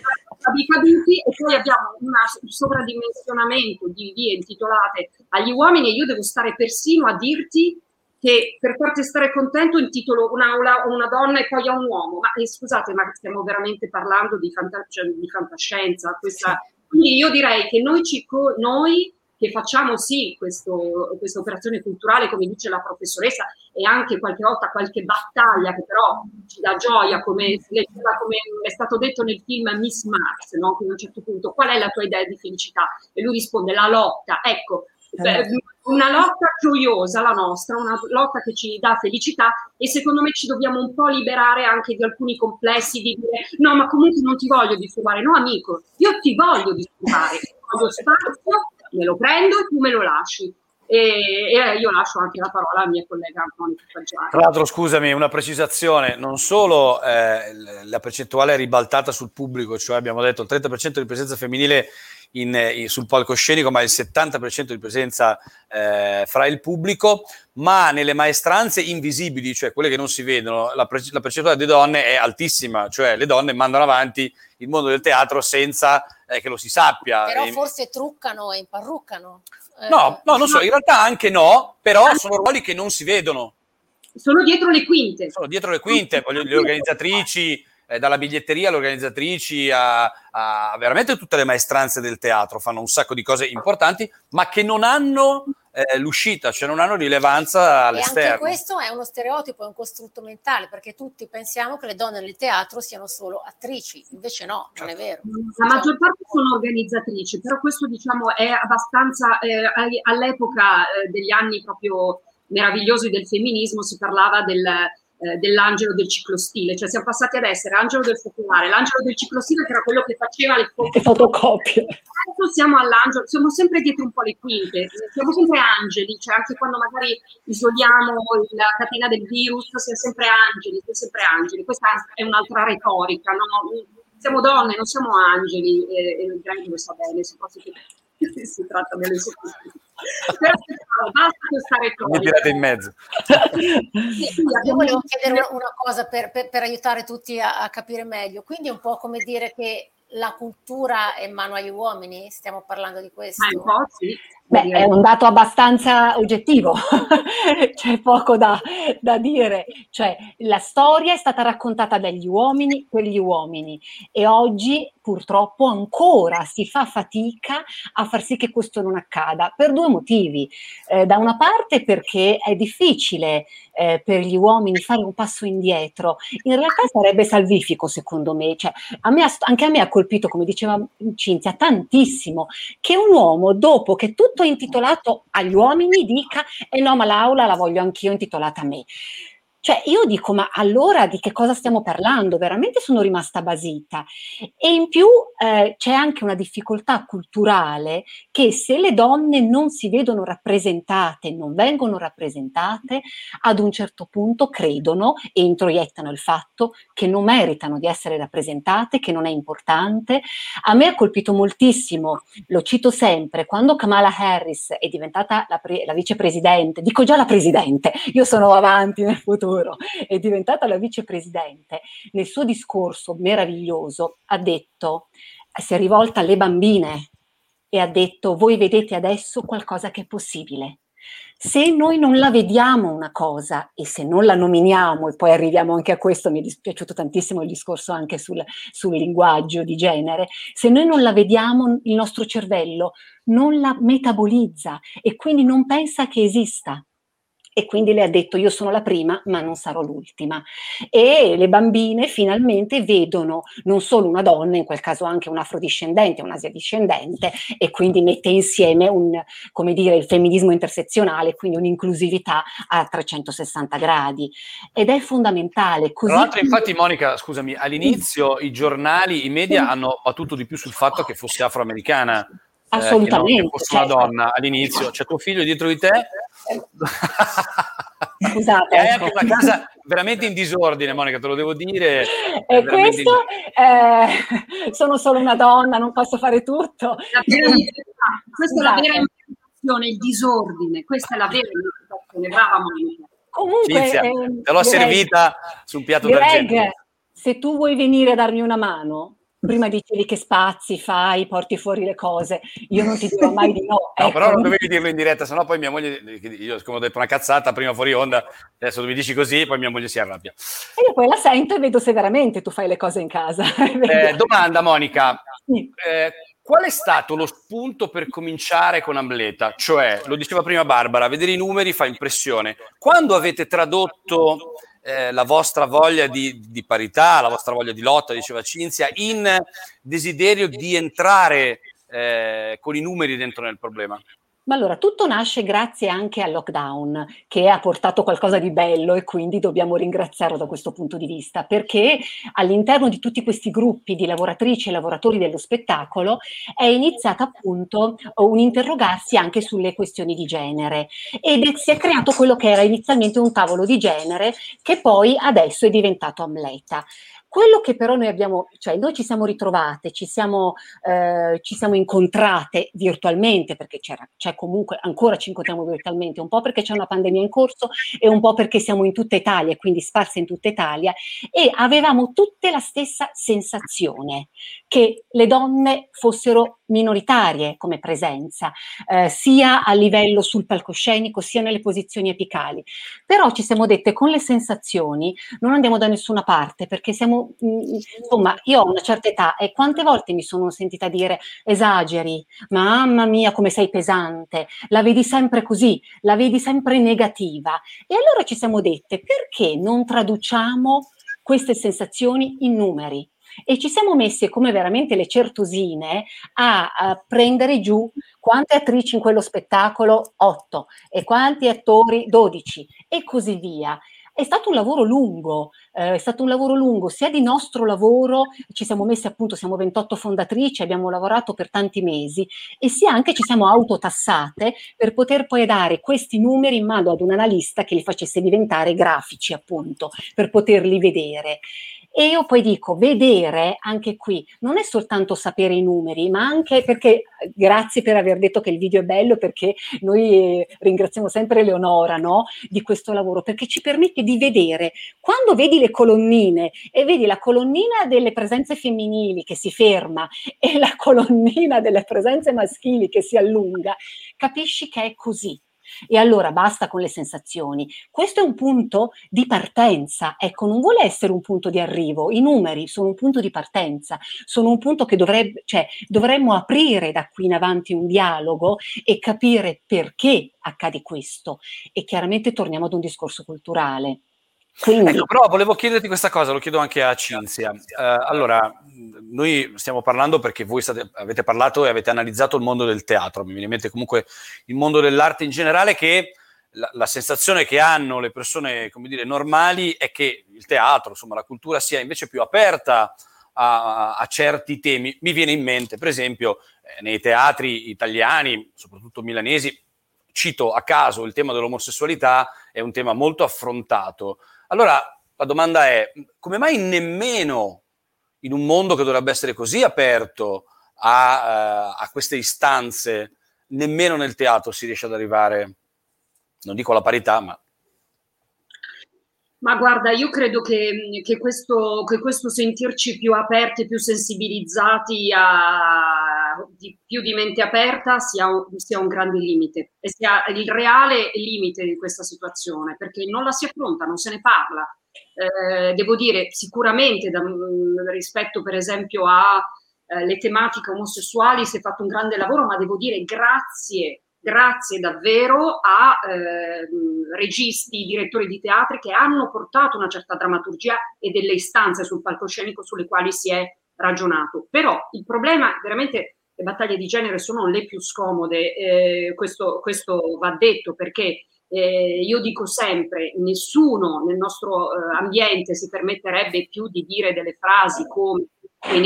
caduti, e poi abbiamo una, un sovradimensionamento di vie intitolate agli uomini, e io devo stare persino a dirti che per farti stare contento intitolo un'aula a una donna e poi a un uomo. Ma eh, scusate, ma stiamo veramente parlando di, fanta- cioè, di fantascienza? Questa... Quindi io direi che noi, ci co- noi che facciamo sì questo, questa operazione culturale, come dice la professoressa, e anche qualche volta qualche battaglia che però ci dà gioia, come, come è stato detto nel film Miss Marx, no? Che a un certo punto, qual è la tua idea di felicità? E lui risponde, la lotta. Ecco, eh. una lotta gioiosa la nostra, una lotta che ci dà felicità, e secondo me ci dobbiamo un po' liberare anche di alcuni complessi di dire no, ma comunque non ti voglio disturbare. No, amico, io ti voglio disturbare, voglio spazio, me lo prendo e tu me lo lasci. E, e io lascio anche la parola alla mia collega Monica Faggiani. Tra l'altro, scusami, una precisazione: non solo eh, la percentuale è ribaltata sul pubblico, cioè abbiamo detto il trenta per cento di presenza femminile in, in, sul palcoscenico, ma il settanta per cento di presenza eh, fra il pubblico, ma nelle maestranze invisibili, cioè quelle che non si vedono, la, pre- la percentuale di donne è altissima, cioè le donne mandano avanti il mondo del teatro senza eh, che lo si sappia. Però e... forse truccano e imparruccano. No, no, non so, in realtà anche no, però sono ruoli che non si vedono. Sono dietro le quinte. Sono dietro le quinte, le organizzatrici, eh, dalla biglietteria alle organizzatrici a, a veramente tutte le maestranze del teatro, fanno un sacco di cose importanti, ma che non hanno eh, l'uscita, cioè non hanno rilevanza all'esterno. E anche questo è uno stereotipo, è un costrutto mentale, perché tutti pensiamo che le donne nel teatro siano solo attrici, invece no, non è vero. La maggior parte sono organizzatrici, però questo diciamo è abbastanza, eh, all'epoca eh, degli anni proprio meravigliosi del femminismo si parlava del, eh, dell'angelo del ciclostile, cioè siamo passati ad essere angelo del focolare, l'angelo del ciclostile che era quello che faceva le foto- fotocopie. Adesso siamo all'angelo, siamo sempre dietro un po' le quinte, siamo sempre angeli, cioè anche quando magari isoliamo la catena del virus, siamo sempre angeli, siamo sempre angeli, questa è un'altra retorica, no? Siamo donne, non siamo angeli, e, e il grande lo sa bene, si, si tratta delle sottostituzioni. Però basta questa retorica. Mi tirate in mezzo. Io volevo chiedere una, una cosa per, per, per aiutare tutti a, a capire meglio, quindi è un po' come dire che la cultura è in mano agli uomini, stiamo parlando di questo? Ah, un po' sì. Beh, è un dato abbastanza oggettivo, c'è poco da, da dire, cioè la storia è stata raccontata dagli uomini per gli uomini e oggi purtroppo ancora si fa fatica a far sì che questo non accada per due motivi. Eh, da una parte perché è difficile eh, per gli uomini fare un passo indietro, in realtà sarebbe salvifico secondo me, cioè, a me, anche a me ha colpito, come diceva Cinzia, tantissimo che un uomo dopo che tutto è intitolato agli uomini dica eh no, ma l'aula la voglio anch'io intitolata a me. Cioè io dico, ma allora di che cosa stiamo parlando? Veramente sono rimasta basita. E in più eh, c'è anche una difficoltà culturale che se le donne non si vedono rappresentate, non vengono rappresentate, ad un certo punto credono e introiettano il fatto che non meritano di essere rappresentate, che non è importante. A me ha colpito moltissimo, lo cito sempre, quando Kamala Harris è diventata la, pre- la vicepresidente, dico già la presidente, io sono avanti nel futuro, è diventata la vicepresidente, nel suo discorso meraviglioso ha detto, si è rivolta alle bambine e ha detto: voi vedete adesso qualcosa che è possibile. Se noi non la vediamo una cosa e se non la nominiamo, e poi arriviamo anche a questo, mi è dispiaciuto tantissimo il discorso anche sul, sul linguaggio di genere, se noi non la vediamo il nostro cervello non la metabolizza e quindi non pensa che esista. E quindi le ha detto: io sono la prima ma non sarò l'ultima. E le bambine finalmente vedono non solo una donna, in quel caso anche un afrodiscendente, un asiadiscendente, e quindi mette insieme un, come dire, il femminismo intersezionale, quindi un'inclusività a trecentosessanta gradi. Ed è fondamentale. Così Tra l'altro, infatti, Monica, scusami, all'inizio i giornali, i media hanno battuto di più sul fatto che fosse afroamericana. Assolutamente. Eh, che, no, che fosse certo. una donna all'inizio. C'è tuo figlio dietro di te? Scusate, e hai ecco. anche una casa veramente in disordine, Monica, te lo devo dire. E questo, in... eh, sono solo una donna, non posso fare tutto. La vera questa è la vera implicazione, il disordine, questa è la vera implicazione, brava Monica. Comunque, Cinzia, eh, te l'ho Greg, servita su un piatto Greg, d'argento. Se tu vuoi venire a darmi una mano, prima dicevi che spazi, fai, porti fuori le cose, io non ti dirò mai di no. No, ecco. però non dovevi dirlo in diretta, sennò poi mia moglie, io come ho detto una cazzata prima fuori onda, adesso tu mi dici così, poi mia moglie si arrabbia. E io poi la sento e vedo se veramente tu fai le cose in casa. Eh, domanda, Monica. Sì. Eh, qual è stato lo spunto per cominciare con Amleta? Cioè, lo diceva prima Barbara, vedere i numeri fa impressione. Quando avete tradotto eh, la vostra voglia di, di parità, la vostra voglia di lotta, diceva Cinzia, in desiderio di entrare eh, con i numeri dentro nel problema? Ma allora, tutto nasce grazie anche al lockdown, che ha portato qualcosa di bello e quindi dobbiamo ringraziarlo da questo punto di vista, perché all'interno di tutti questi gruppi di lavoratrici e lavoratori dello spettacolo è iniziata appunto un interrogarsi anche sulle questioni di genere ed è, si è creato quello che era inizialmente un tavolo di genere che poi adesso è diventato Amleta. Quello che però noi abbiamo, cioè noi ci siamo ritrovate, ci siamo, eh, ci siamo incontrate virtualmente, perché c'era, c'è comunque, ancora ci incontriamo virtualmente, un po' perché c'è una pandemia in corso e un po' perché siamo in tutta Italia, quindi sparse in tutta Italia, e avevamo tutte la stessa sensazione, che le donne fossero minoritarie come presenza, eh, sia a livello sul palcoscenico, sia nelle posizioni apicali. Però ci siamo dette, con le sensazioni non andiamo da nessuna parte, perché siamo insomma, io ho una certa età e quante volte mi sono sentita dire esageri, mamma mia come sei pesante, la vedi sempre così, la vedi sempre negativa. E allora ci siamo dette, perché non traduciamo queste sensazioni in numeri? E ci siamo messe come veramente le certosine a, a prendere giù quante attrici in quello spettacolo, otto, e quanti attori, dodici, e così via. È stato un lavoro lungo, eh, è stato un lavoro lungo sia di nostro lavoro, ci siamo messi appunto, siamo ventotto fondatrici, abbiamo lavorato per tanti mesi, e sia anche ci siamo autotassate per poter poi dare questi numeri in mano ad un analista che li facesse diventare grafici appunto, per poterli vedere. E io poi dico, vedere anche qui non è soltanto sapere i numeri, ma anche perché, grazie per aver detto che il video è bello, perché noi eh, ringraziamo sempre Eleonora, no, di questo lavoro, perché ci permette di vedere, quando vedi le colonnine e vedi la colonnina delle presenze femminili che si ferma e la colonnina delle presenze maschili che si allunga, capisci che è così. E allora basta con le sensazioni. Questo è un punto di partenza, ecco, non vuole essere un punto di arrivo. I numeri sono un punto di partenza, sono un punto che dovrebbe, cioè, dovremmo aprire da qui in avanti un dialogo e capire perché accade questo. E chiaramente torniamo ad un discorso culturale. Quindi... Ecco, però volevo chiederti questa cosa, lo chiedo anche a Cinzia. Uh, allora, noi stiamo parlando perché voi state, avete parlato e avete analizzato il mondo del teatro, mi viene in mente comunque il mondo dell'arte in generale, che la, la sensazione che hanno le persone, come dire, normali è che il teatro, insomma, la cultura sia invece più aperta a, a certi temi. Mi viene in mente, per esempio, eh, nei teatri italiani, soprattutto milanesi, cito a caso il tema dell'omosessualità, è un tema molto affrontato. Allora, la domanda è, come mai nemmeno in un mondo che dovrebbe essere così aperto a, uh, a queste istanze, nemmeno nel teatro si riesce ad arrivare, non dico alla parità, ma... Ma guarda, io credo che, che, questo, che questo sentirci più aperti, più sensibilizzati, a, di, più di mente aperta sia un, sia un grande limite, e sia il reale limite di questa situazione, perché non la si affronta, non se ne parla. Eh, devo dire, sicuramente da, rispetto per esempio alle eh, tematiche omosessuali si è fatto un grande lavoro, ma devo dire grazie Grazie davvero a eh, registi, direttori di teatri che hanno portato una certa drammaturgia e delle istanze sul palcoscenico sulle quali si è ragionato. Però il problema, veramente, le battaglie di genere sono le più scomode, eh, questo, questo va detto, perché eh, io dico sempre, nessuno nel nostro eh, ambiente si permetterebbe più di dire delle frasi come quei negri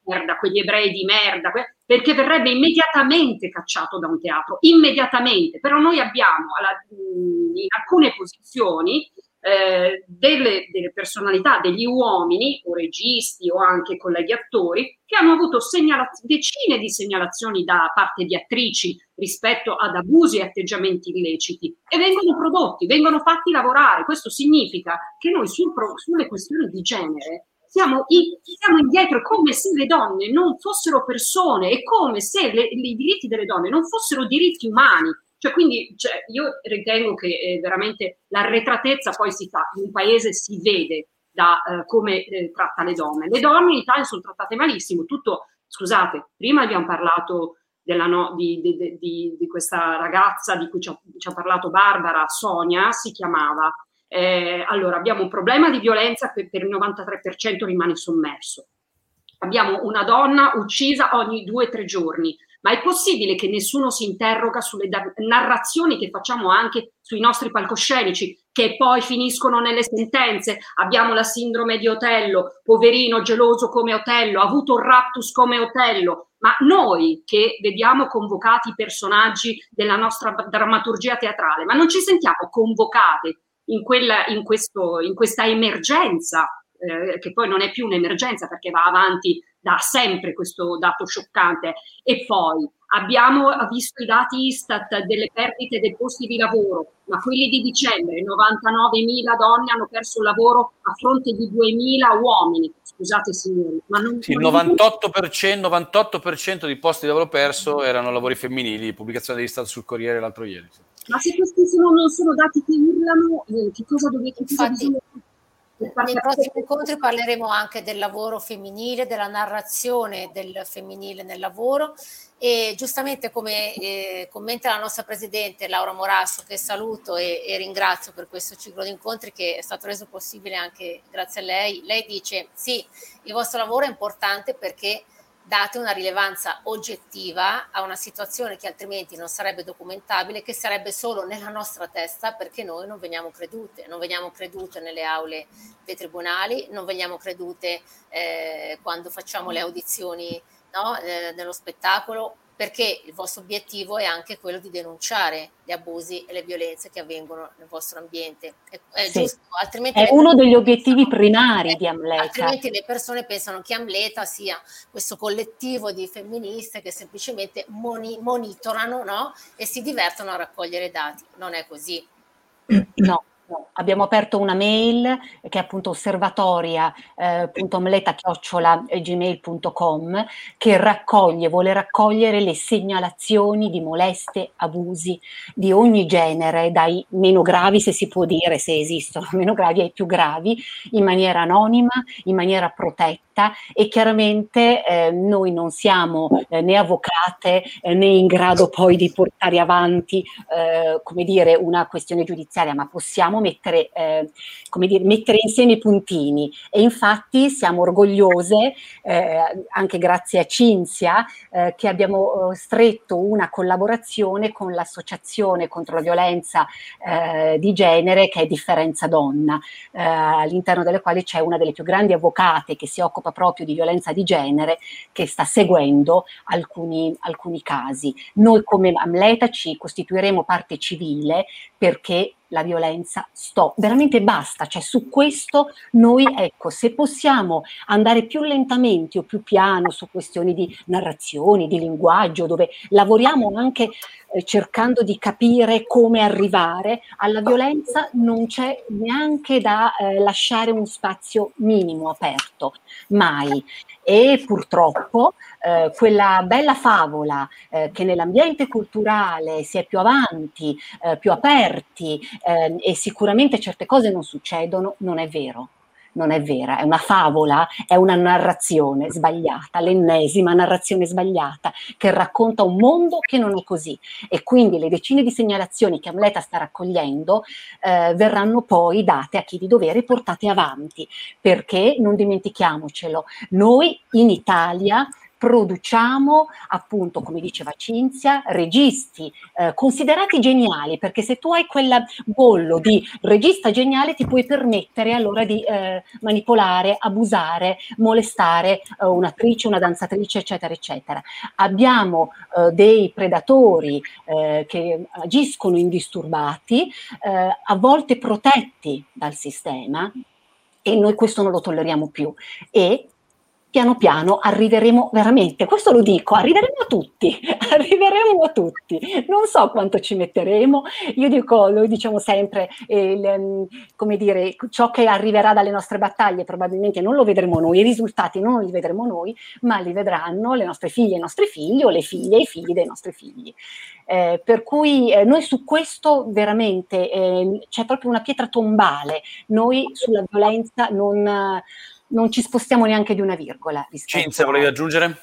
merda, quegli ebrei di merda, perché verrebbe immediatamente cacciato da un teatro, immediatamente. Però noi abbiamo alla, in alcune posizioni eh, delle, delle personalità, degli uomini o registi o anche colleghi attori che hanno avuto segnalaz- decine di segnalazioni da parte di attrici rispetto ad abusi e atteggiamenti illeciti e vengono prodotti, vengono fatti lavorare. Questo significa che noi sul pro- sulle questioni di genere siamo, i, siamo indietro, come se le donne non fossero persone e come se le, i diritti delle donne non fossero diritti umani. Cioè, quindi cioè, io ritengo che eh, veramente l'arretratezza poi si fa, in un paese si vede da eh, come eh, tratta le donne. Le donne in Italia sono trattate malissimo. Tutto, scusate, prima abbiamo parlato della no, di, di, di, di questa ragazza di cui ci ha, ci ha parlato Barbara, Sonia si chiamava. Eh, allora, abbiamo un problema di violenza che per il novantatré per cento rimane sommerso. Abbiamo una donna uccisa ogni due o tre giorni. Ma è possibile che nessuno si interroga sulle da- narrazioni che facciamo anche sui nostri palcoscenici, che poi finiscono nelle sentenze? Abbiamo la sindrome di Otello, poverino geloso come Otello, ha avuto un raptus come Otello, ma noi che vediamo convocati i personaggi della nostra drammaturgia teatrale, ma non ci sentiamo convocate in, quella, in, questo, in questa emergenza, eh, che poi non è più un'emergenza perché va avanti da sempre questo dato scioccante. E poi abbiamo visto i dati Istat delle perdite dei posti di lavoro, ma quelli di dicembre, novantanovemila donne hanno perso il lavoro a fronte di duemila uomini. Scusate signori, ma non... Sì, il novantotto per cento, novantotto per cento di posti di lavoro perso erano lavori femminili, pubblicazione dell'Istat sul Corriere l'altro ieri. Ma se questi sono, non sono dati che urlano, eh, che cosa dovete... Infatti, nei prossimi incontri parleremo anche del lavoro femminile, della narrazione del femminile nel lavoro e giustamente come eh, commenta la nostra presidente Laura Morasso, che saluto e, e ringrazio per questo ciclo di incontri che è stato reso possibile anche grazie a lei. Lei dice sì, il vostro lavoro è importante perché date una rilevanza oggettiva a una situazione che altrimenti non sarebbe documentabile, che sarebbe solo nella nostra testa, perché noi non veniamo credute, non veniamo credute nelle aule dei tribunali, non veniamo credute eh, quando facciamo le audizioni, no, eh, nello spettacolo, perché il vostro obiettivo è anche quello di denunciare gli abusi e le violenze che avvengono nel vostro ambiente. È, è sì. giusto, altrimenti è uno degli obiettivi primari eh, di Amleta. Altrimenti le persone pensano che Amleta sia questo collettivo di femministe che semplicemente moni- monitorano, no? E si divertono a raccogliere dati. Non è così. No. No, abbiamo aperto una mail che è appunto osservatoria punto amleta chiocciola gmail punto com che raccoglie, vuole raccogliere le segnalazioni di molestie, abusi di ogni genere, dai meno gravi, se si può dire, se esistono, meno gravi ai più gravi, in maniera anonima, in maniera protetta e chiaramente eh, noi non siamo eh, né avvocate eh, né in grado poi di portare avanti eh, come dire una questione giudiziaria, ma possiamo mettere, eh, come dire, mettere insieme i puntini e infatti siamo orgogliose eh, anche grazie a Cinzia eh, che abbiamo eh, stretto una collaborazione con l'associazione contro la violenza eh, di genere che è Differenza Donna, eh, all'interno delle quali c'è una delle più grandi avvocate che si occupa proprio di violenza di genere che sta seguendo alcuni, alcuni casi. Noi come Amleta ci costituiremo parte civile perché la violenza stop, veramente basta, cioè su questo noi, ecco, se possiamo andare più lentamente o più piano su questioni di narrazioni, di linguaggio, dove lavoriamo anche eh, cercando di capire come arrivare alla violenza, non c'è neanche da eh, lasciare un spazio minimo aperto, mai. E purtroppo eh, quella bella favola eh, che nell'ambiente culturale si è più avanti, eh, più aperti eh, e sicuramente certe cose non succedono, non è vero. Non è vera, è una favola, è una narrazione sbagliata, l'ennesima narrazione sbagliata che racconta un mondo che non è così e quindi le decine di segnalazioni che Amleta sta raccogliendo eh, verranno poi date a chi di dovere e portate avanti, perché non dimentichiamocelo, noi in Italia produciamo appunto, come diceva Cinzia, registi eh, considerati geniali, perché se tu hai quel bollo di regista geniale ti puoi permettere allora di eh, manipolare, abusare, molestare eh, un'attrice, una danzatrice, eccetera, eccetera. Abbiamo eh, dei predatori eh, che agiscono indisturbati, eh, a volte protetti dal sistema, e noi questo non lo tolleriamo più, e piano piano arriveremo veramente, questo lo dico, arriveremo a tutti, arriveremo a tutti, non so quanto ci metteremo, io dico, noi diciamo sempre, eh, come dire, ciò che arriverà dalle nostre battaglie probabilmente non lo vedremo noi, i risultati non li vedremo noi, ma li vedranno le nostre figlie e i nostri figli, o le figlie e i figli dei nostri figli. Eh, per cui eh, noi su questo veramente eh, c'è proprio una pietra tombale, noi sulla violenza non... non ci spostiamo neanche di una virgola. Cinzia, volevi aggiungere?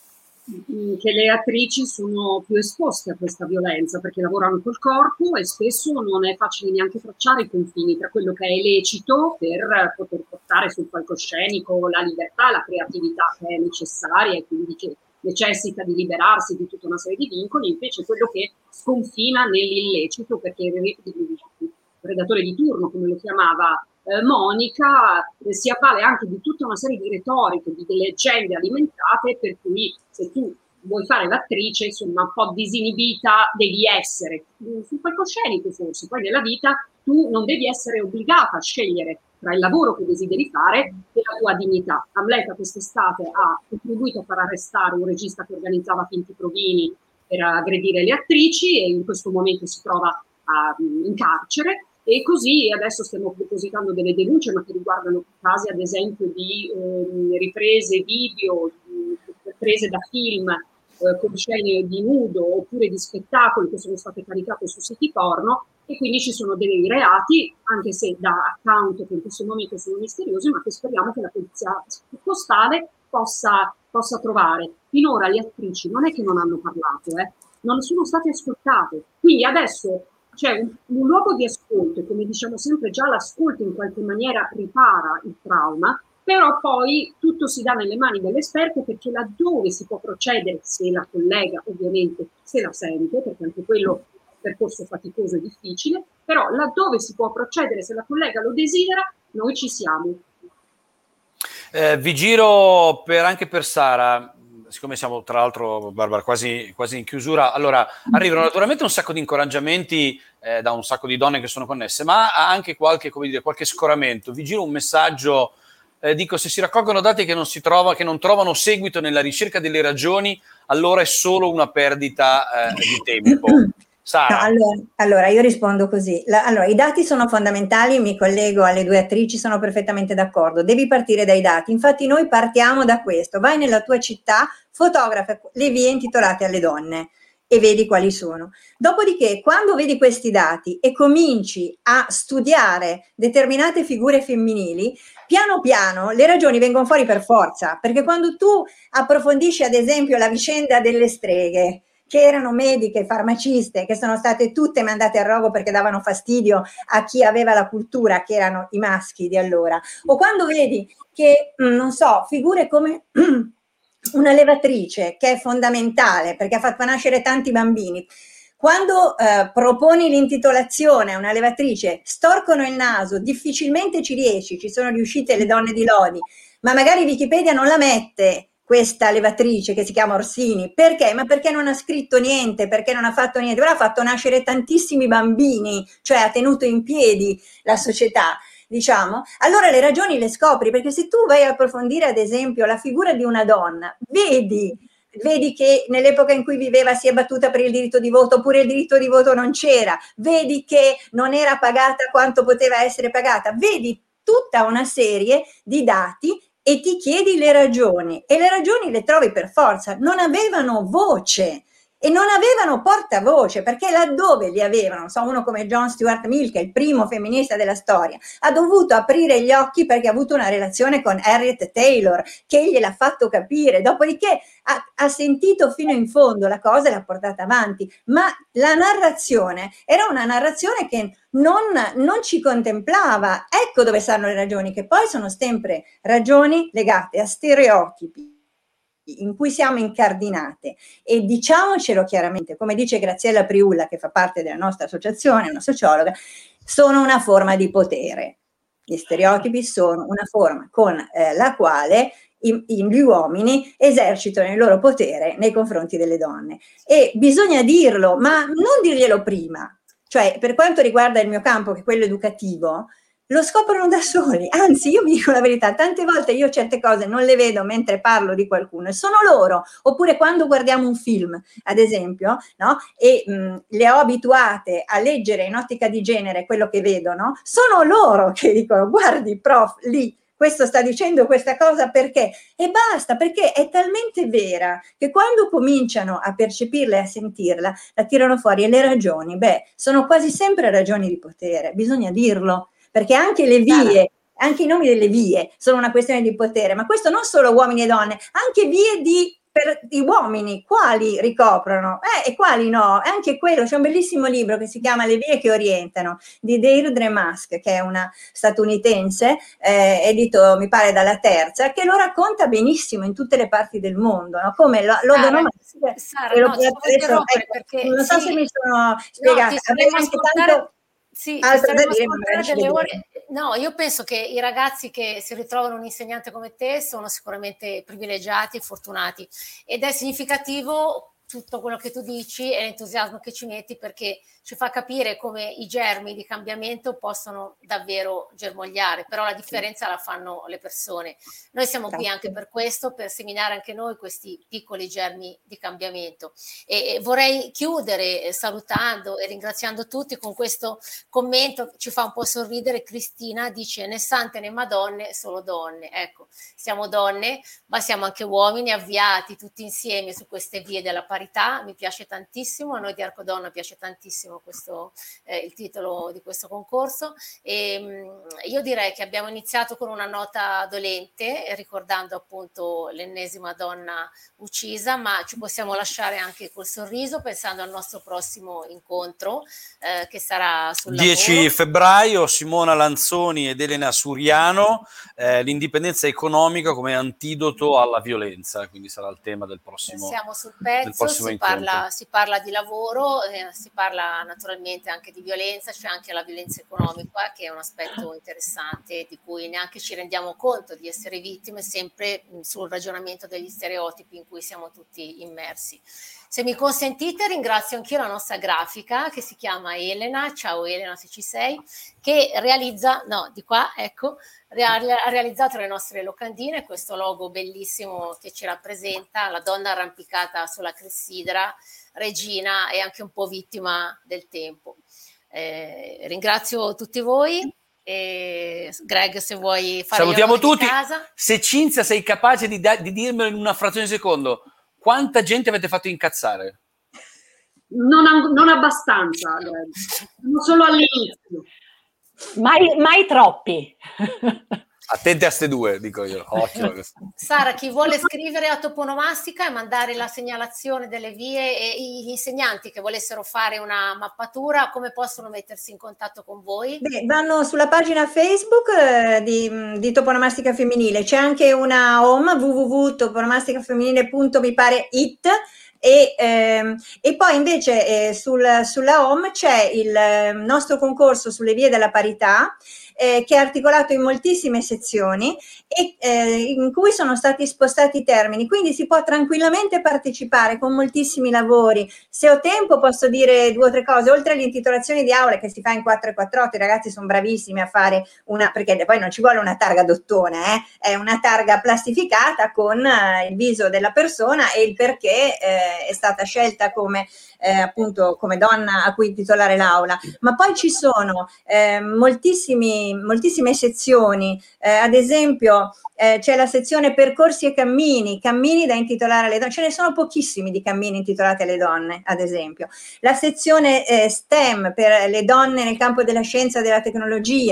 Che le attrici sono più esposte a questa violenza perché lavorano col corpo e spesso non è facile neanche tracciare i confini tra quello che è lecito per poter portare sul palcoscenico la libertà, la creatività che è necessaria e quindi che necessita di liberarsi di tutta una serie di vincoli, invece quello che sconfina nell'illecito, perché il predatore di turno, come lo chiamava Eh, Monica, eh, si avvale anche di tutta una serie di retoriche, di leggende alimentate, per cui se tu vuoi fare l'attrice, insomma, un po' disinibita devi essere, sul palcoscenico forse, poi nella vita tu non devi essere obbligata a scegliere tra il lavoro che desideri fare e la tua dignità. Amleta quest'estate ha contribuito a far arrestare un regista che organizzava finti provini per aggredire le attrici e in questo momento si trova a, in carcere. E così adesso stiamo depositando delle denunce, ma che riguardano casi ad esempio di eh, riprese video, di, prese da film eh, con scene di nudo oppure di spettacoli che sono state caricate su siti porno, e quindi ci sono dei reati, anche se da account che in questo momento sono misteriosi, ma che speriamo che la polizia postale possa, possa trovare. Finora le attrici non è che non hanno parlato, eh, non sono state ascoltate, quindi adesso c'è un, un luogo di ascolto e, come diciamo sempre, già l'ascolto in qualche maniera ripara il trauma, però poi tutto si dà nelle mani delle esperte, perché laddove si può procedere, se la collega ovviamente se la sente, perché anche quello è un percorso faticoso e difficile, però laddove si può procedere, se la collega lo desidera, noi ci siamo. Eh, vi giro per, anche per Sara, siccome siamo tra l'altro, Barbara, quasi, quasi in chiusura. Allora, arrivano naturalmente un sacco di incoraggiamenti eh, da un sacco di donne che sono connesse, ma anche qualche, come dire, qualche scoramento. Vi giro un messaggio, eh, dico, se si raccolgono dati che non si trova, che non trovano seguito nella ricerca delle ragioni, allora è solo una perdita eh, di tempo. Sara. No, allora, allora, io rispondo così. La, allora, i dati sono fondamentali, mi collego alle due attrici, sono perfettamente d'accordo. Devi partire dai dati. Infatti noi partiamo da questo. Vai nella tua città, fotografa le vie intitolate alle donne e vedi quali sono. Dopodiché, quando vedi questi dati e cominci a studiare determinate figure femminili, piano piano le ragioni vengono fuori per forza, perché quando tu approfondisci ad esempio la vicenda delle streghe, che erano mediche, farmaciste, che sono state tutte mandate a rogo perché davano fastidio a chi aveva la cultura, che erano i maschi di allora. O quando vedi che, non so, figure come una levatrice, che è fondamentale perché ha fatto nascere tanti bambini, quando eh, proponi l'intitolazione a una levatrice, storcono il naso, difficilmente ci riesci, ci sono riuscite le donne di Lodi, ma magari Wikipedia non la mette questa levatrice che si chiama Orsini. Perché? Ma perché non ha scritto niente, perché non ha fatto niente, però ha fatto nascere tantissimi bambini, cioè ha tenuto in piedi la società, diciamo. Allora le ragioni le scopri, perché se tu vai a approfondire ad esempio la figura di una donna, vedi, vedi che nell'epoca in cui viveva si è battuta per il diritto di voto, oppure il diritto di voto non c'era, vedi che non era pagata quanto poteva essere pagata, vedi tutta una serie di dati e ti chiedi le ragioni, e le ragioni le trovi per forza. Non avevano voce e non avevano portavoce, perché laddove li avevano, non so, uno come John Stuart Mill, che è il primo femminista della storia, ha dovuto aprire gli occhi perché ha avuto una relazione con Harriet Taylor che gliel'ha fatto capire, dopodiché ha, ha sentito fino in fondo la cosa e l'ha portata avanti, ma la narrazione era una narrazione che non, non ci contemplava. Ecco dove stanno le ragioni, che poi sono sempre ragioni legate a stereotipi, in cui siamo incardinate, e diciamocelo chiaramente, come dice Graziella Priulla, che fa parte della nostra associazione, una sociologa, sono una forma di potere. Gli stereotipi sono una forma con eh, la quale i, i, gli uomini esercitano il loro potere nei confronti delle donne, e bisogna dirlo, ma non dirglielo prima. Cioè, per quanto riguarda il mio campo, che è quello educativo, lo scoprono da soli. Anzi, io vi dico la verità, tante volte io certe cose non le vedo mentre parlo di qualcuno, e sono loro. Oppure quando guardiamo un film, ad esempio, no? E mh, le ho abituate a leggere in ottica di genere quello che vedono, sono loro che dicono: guardi prof, lì questo sta dicendo questa cosa perché, e basta, perché è talmente vera che quando cominciano a percepirla e a sentirla, la tirano fuori, e le ragioni, beh, sono quasi sempre ragioni di potere, bisogna dirlo, perché anche le vie, anche i nomi delle vie sono una questione di potere, ma questo non solo uomini e donne, anche vie di per gli uomini, quali ricoprono eh, e quali no, e anche quello. C'è un bellissimo libro che si chiama Le vie che orientano, di Deirdre Mask, che è una statunitense, eh, edito mi pare dalla Terza, che lo racconta benissimo in tutte le parti del mondo, no? Come lo, lo Sara, dono, Sara, no, adesso, ecco, perché, non so sì, se mi sono spiegata, no, avrei anche tanto sì, altro da dire, ma delle ore. No, io penso che i ragazzi che si ritrovano un insegnante come te sono sicuramente privilegiati e fortunati, ed è significativo tutto quello che tu dici e l'entusiasmo che ci metti, perché ci fa capire come i germi di cambiamento possono davvero germogliare, però la differenza la fanno le persone. Noi siamo qui anche per questo, per seminare anche noi questi piccoli germi di cambiamento. E vorrei chiudere salutando e ringraziando tutti con questo commento, ci fa un po' sorridere. Cristina dice: né sante né madonne, solo donne. Ecco, siamo donne, ma siamo anche uomini avviati tutti insieme su queste vie della parità. Mi piace tantissimo, a noi di Arcodonna piace tantissimo questo, eh, il titolo di questo concorso, e mh, io direi che abbiamo iniziato con una nota dolente, ricordando appunto l'ennesima donna uccisa, ma ci possiamo lasciare anche col sorriso, pensando al nostro prossimo incontro, eh, che sarà sul dieci lavoro. febbraio, Simona Lanzoni ed Elena Suriano, eh, l'indipendenza economica come antidoto alla violenza, quindi sarà il tema del prossimo, siamo sul del pezzo, prossimo si parla, si parla di lavoro, eh, si parla naturalmente anche di violenza, c'è anche la violenza economica, che è un aspetto interessante di cui neanche ci rendiamo conto di essere vittime, sempre mh, sul ragionamento degli stereotipi in cui siamo tutti immersi. Se mi consentite, ringrazio anch'io la nostra grafica, che si chiama Elena. Ciao Elena, se ci sei, che realizza, no, di qua, ecco, ha realizzato le nostre locandine, questo logo bellissimo che ci rappresenta, la donna arrampicata sulla clessidra, regina e anche un po' vittima del tempo. Eh, ringrazio tutti voi. E Greg, se vuoi fare salutiamo tutti. Casa. Se Cinzia sei capace di, da- di dirmelo in una frazione di secondo, quanta gente avete fatto incazzare? Non, non abbastanza, non solo all'inizio. Mai, mai troppi. Attenti a ste due, dico io. Occhio. Sara, chi vuole scrivere a Toponomastica e mandare la segnalazione delle vie, e gli insegnanti che volessero fare una mappatura, come possono mettersi in contatto con voi? Beh, vanno sulla pagina Facebook eh, di, di Toponomastica Femminile, c'è anche una home w w w punto toponomasticafemminile punto mi pare it. E, ehm, e poi invece eh, sul, sulla home c'è il eh, nostro concorso sulle vie della parità, eh, che è articolato in moltissime sezioni e eh, in cui sono stati spostati i termini, quindi si può tranquillamente partecipare con moltissimi lavori. Se ho tempo posso dire due o tre cose, oltre all'intitolazione di aula che si fa in quattro e quattro otto, i ragazzi sono bravissimi a fare una, perché poi non ci vuole una targa d'ottone, eh, è una targa plastificata con eh, il viso della persona e il perché eh, è stata scelta come eh, appunto come donna a cui titolare l'aula. Ma poi ci sono eh, moltissimi, moltissime sezioni, eh, ad esempio eh, c'è la sezione percorsi e cammini, cammini da intitolare alle donne, ce ne sono pochissimi di cammini intitolati alle donne, ad esempio. La sezione eh, STEM per le donne nel campo della scienza e della tecnologia,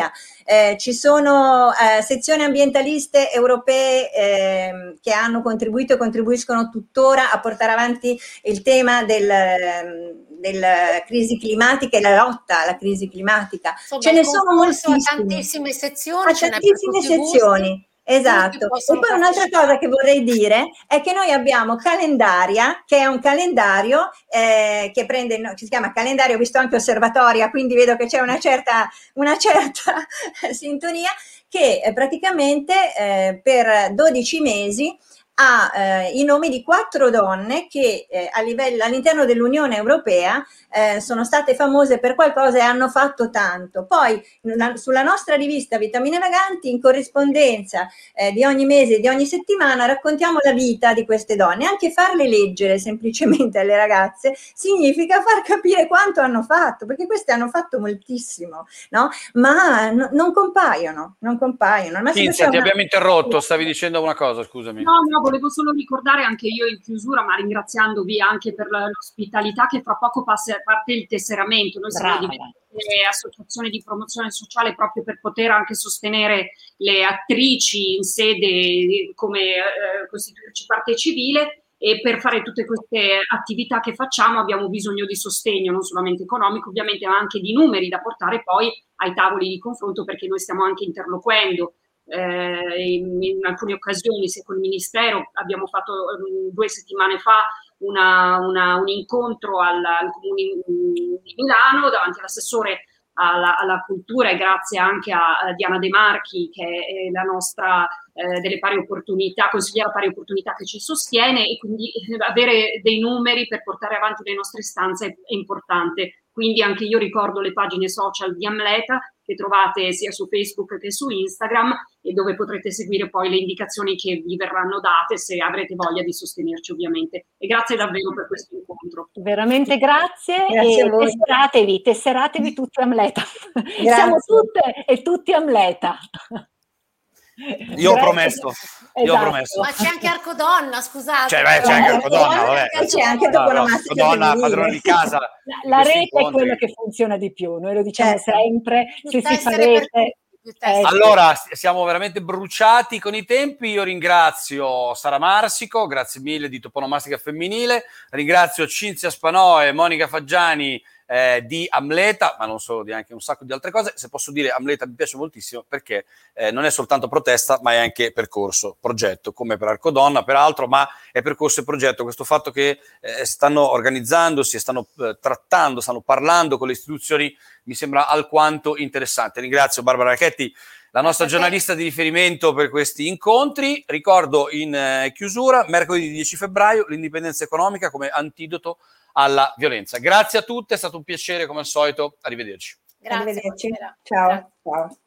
Eh, ci sono eh, sezioni ambientaliste europee eh, che hanno contribuito e contribuiscono tuttora a portare avanti il tema del, della crisi climatica e la lotta alla crisi climatica. Insomma, ce ne sono moltissime, tantissime sezioni, a tantissime sezioni. Esatto. E poi un'altra cosa che vorrei dire è che noi abbiamo Calendaria, che è un calendario eh, che prende, no, si chiama calendario, ho visto anche osservatoria, quindi vedo che c'è una certa, una certa sintonia, che eh, praticamente eh, per dodici mesi ha eh, i nomi di quattro donne che eh, a livello, all'interno dell'Unione Europea eh, sono state famose per qualcosa e hanno fatto tanto. Poi una, sulla nostra rivista Vitamine Vaganti, in corrispondenza eh, di ogni mese e di ogni settimana, raccontiamo la vita di queste donne. Anche farle leggere semplicemente alle ragazze significa far capire quanto hanno fatto, perché queste hanno fatto moltissimo, no? Ma no, non compaiono, non compaiono. Cinzia, ti abbiamo interrotto, stavi dicendo una cosa, scusami. No, no, volevo solo ricordare anche io in chiusura, ma ringraziandovi anche per l'ospitalità, che fra poco passa a parte il tesseramento. Noi siamo diventati associazione di promozione sociale proprio per poter anche sostenere le attrici in sede come eh, costituirci parte civile, e per fare tutte queste attività che facciamo abbiamo bisogno di sostegno, non solamente economico ovviamente, ma anche di numeri da portare poi ai tavoli di confronto, perché noi stiamo anche interloquendo Eh, in, in alcune occasioni sia con il Ministero. Abbiamo fatto um, due settimane fa una, una, un incontro al, al Comune di Milano davanti all'assessore alla, alla cultura, e grazie anche a, a Diana De Marchi, che è la nostra eh, delle pari opportunità, consigliera pari opportunità, che ci sostiene, e quindi avere dei numeri per portare avanti le nostre istanze è, è importante. Quindi anche io ricordo le pagine social di Amleta, che trovate sia su Facebook che su Instagram, e dove potrete seguire poi le indicazioni che vi verranno date se avrete voglia di sostenerci, ovviamente. E grazie davvero per questo incontro. Veramente grazie, grazie e a voi. tesseratevi, tesseratevi tutti Amleta. Grazie. Siamo tutte e tutti Amleta. Io ho promesso, Esatto. io ho promesso. Ma c'è anche Arcodonna, scusate. Cioè, beh, c'è anche Arcodonna, vabbè. C'è anche Toponomastica Arcodonna, padrone di casa. La, la rete è quello che funziona di più, noi lo diciamo certo. sempre, se si fa Tessere per rete... tutti, eh, Allora, siamo veramente bruciati con i tempi. Io ringrazio Sara Marsico, grazie mille di Toponomastica Femminile, ringrazio Cinzia Spanò e Monica Faggiani eh, di Amleta, ma non solo, di anche un sacco di altre cose. Se posso dire, Amleta mi piace moltissimo perché eh, non è soltanto protesta, ma è anche percorso, progetto, come per Arcodonna peraltro, ma è percorso e progetto. Questo fatto che eh, stanno organizzandosi, stanno eh, trattando, stanno parlando con le istituzioni, mi sembra alquanto interessante. Ringrazio Barbara Racchetti, la nostra giornalista di riferimento per questi incontri. Ricordo in eh, chiusura, mercoledì dieci febbraio, l'indipendenza economica come antidoto alla violenza. Grazie a tutte, è stato un piacere come al solito, arrivederci. Grazie. Arrivederci. Ciao. Ciao.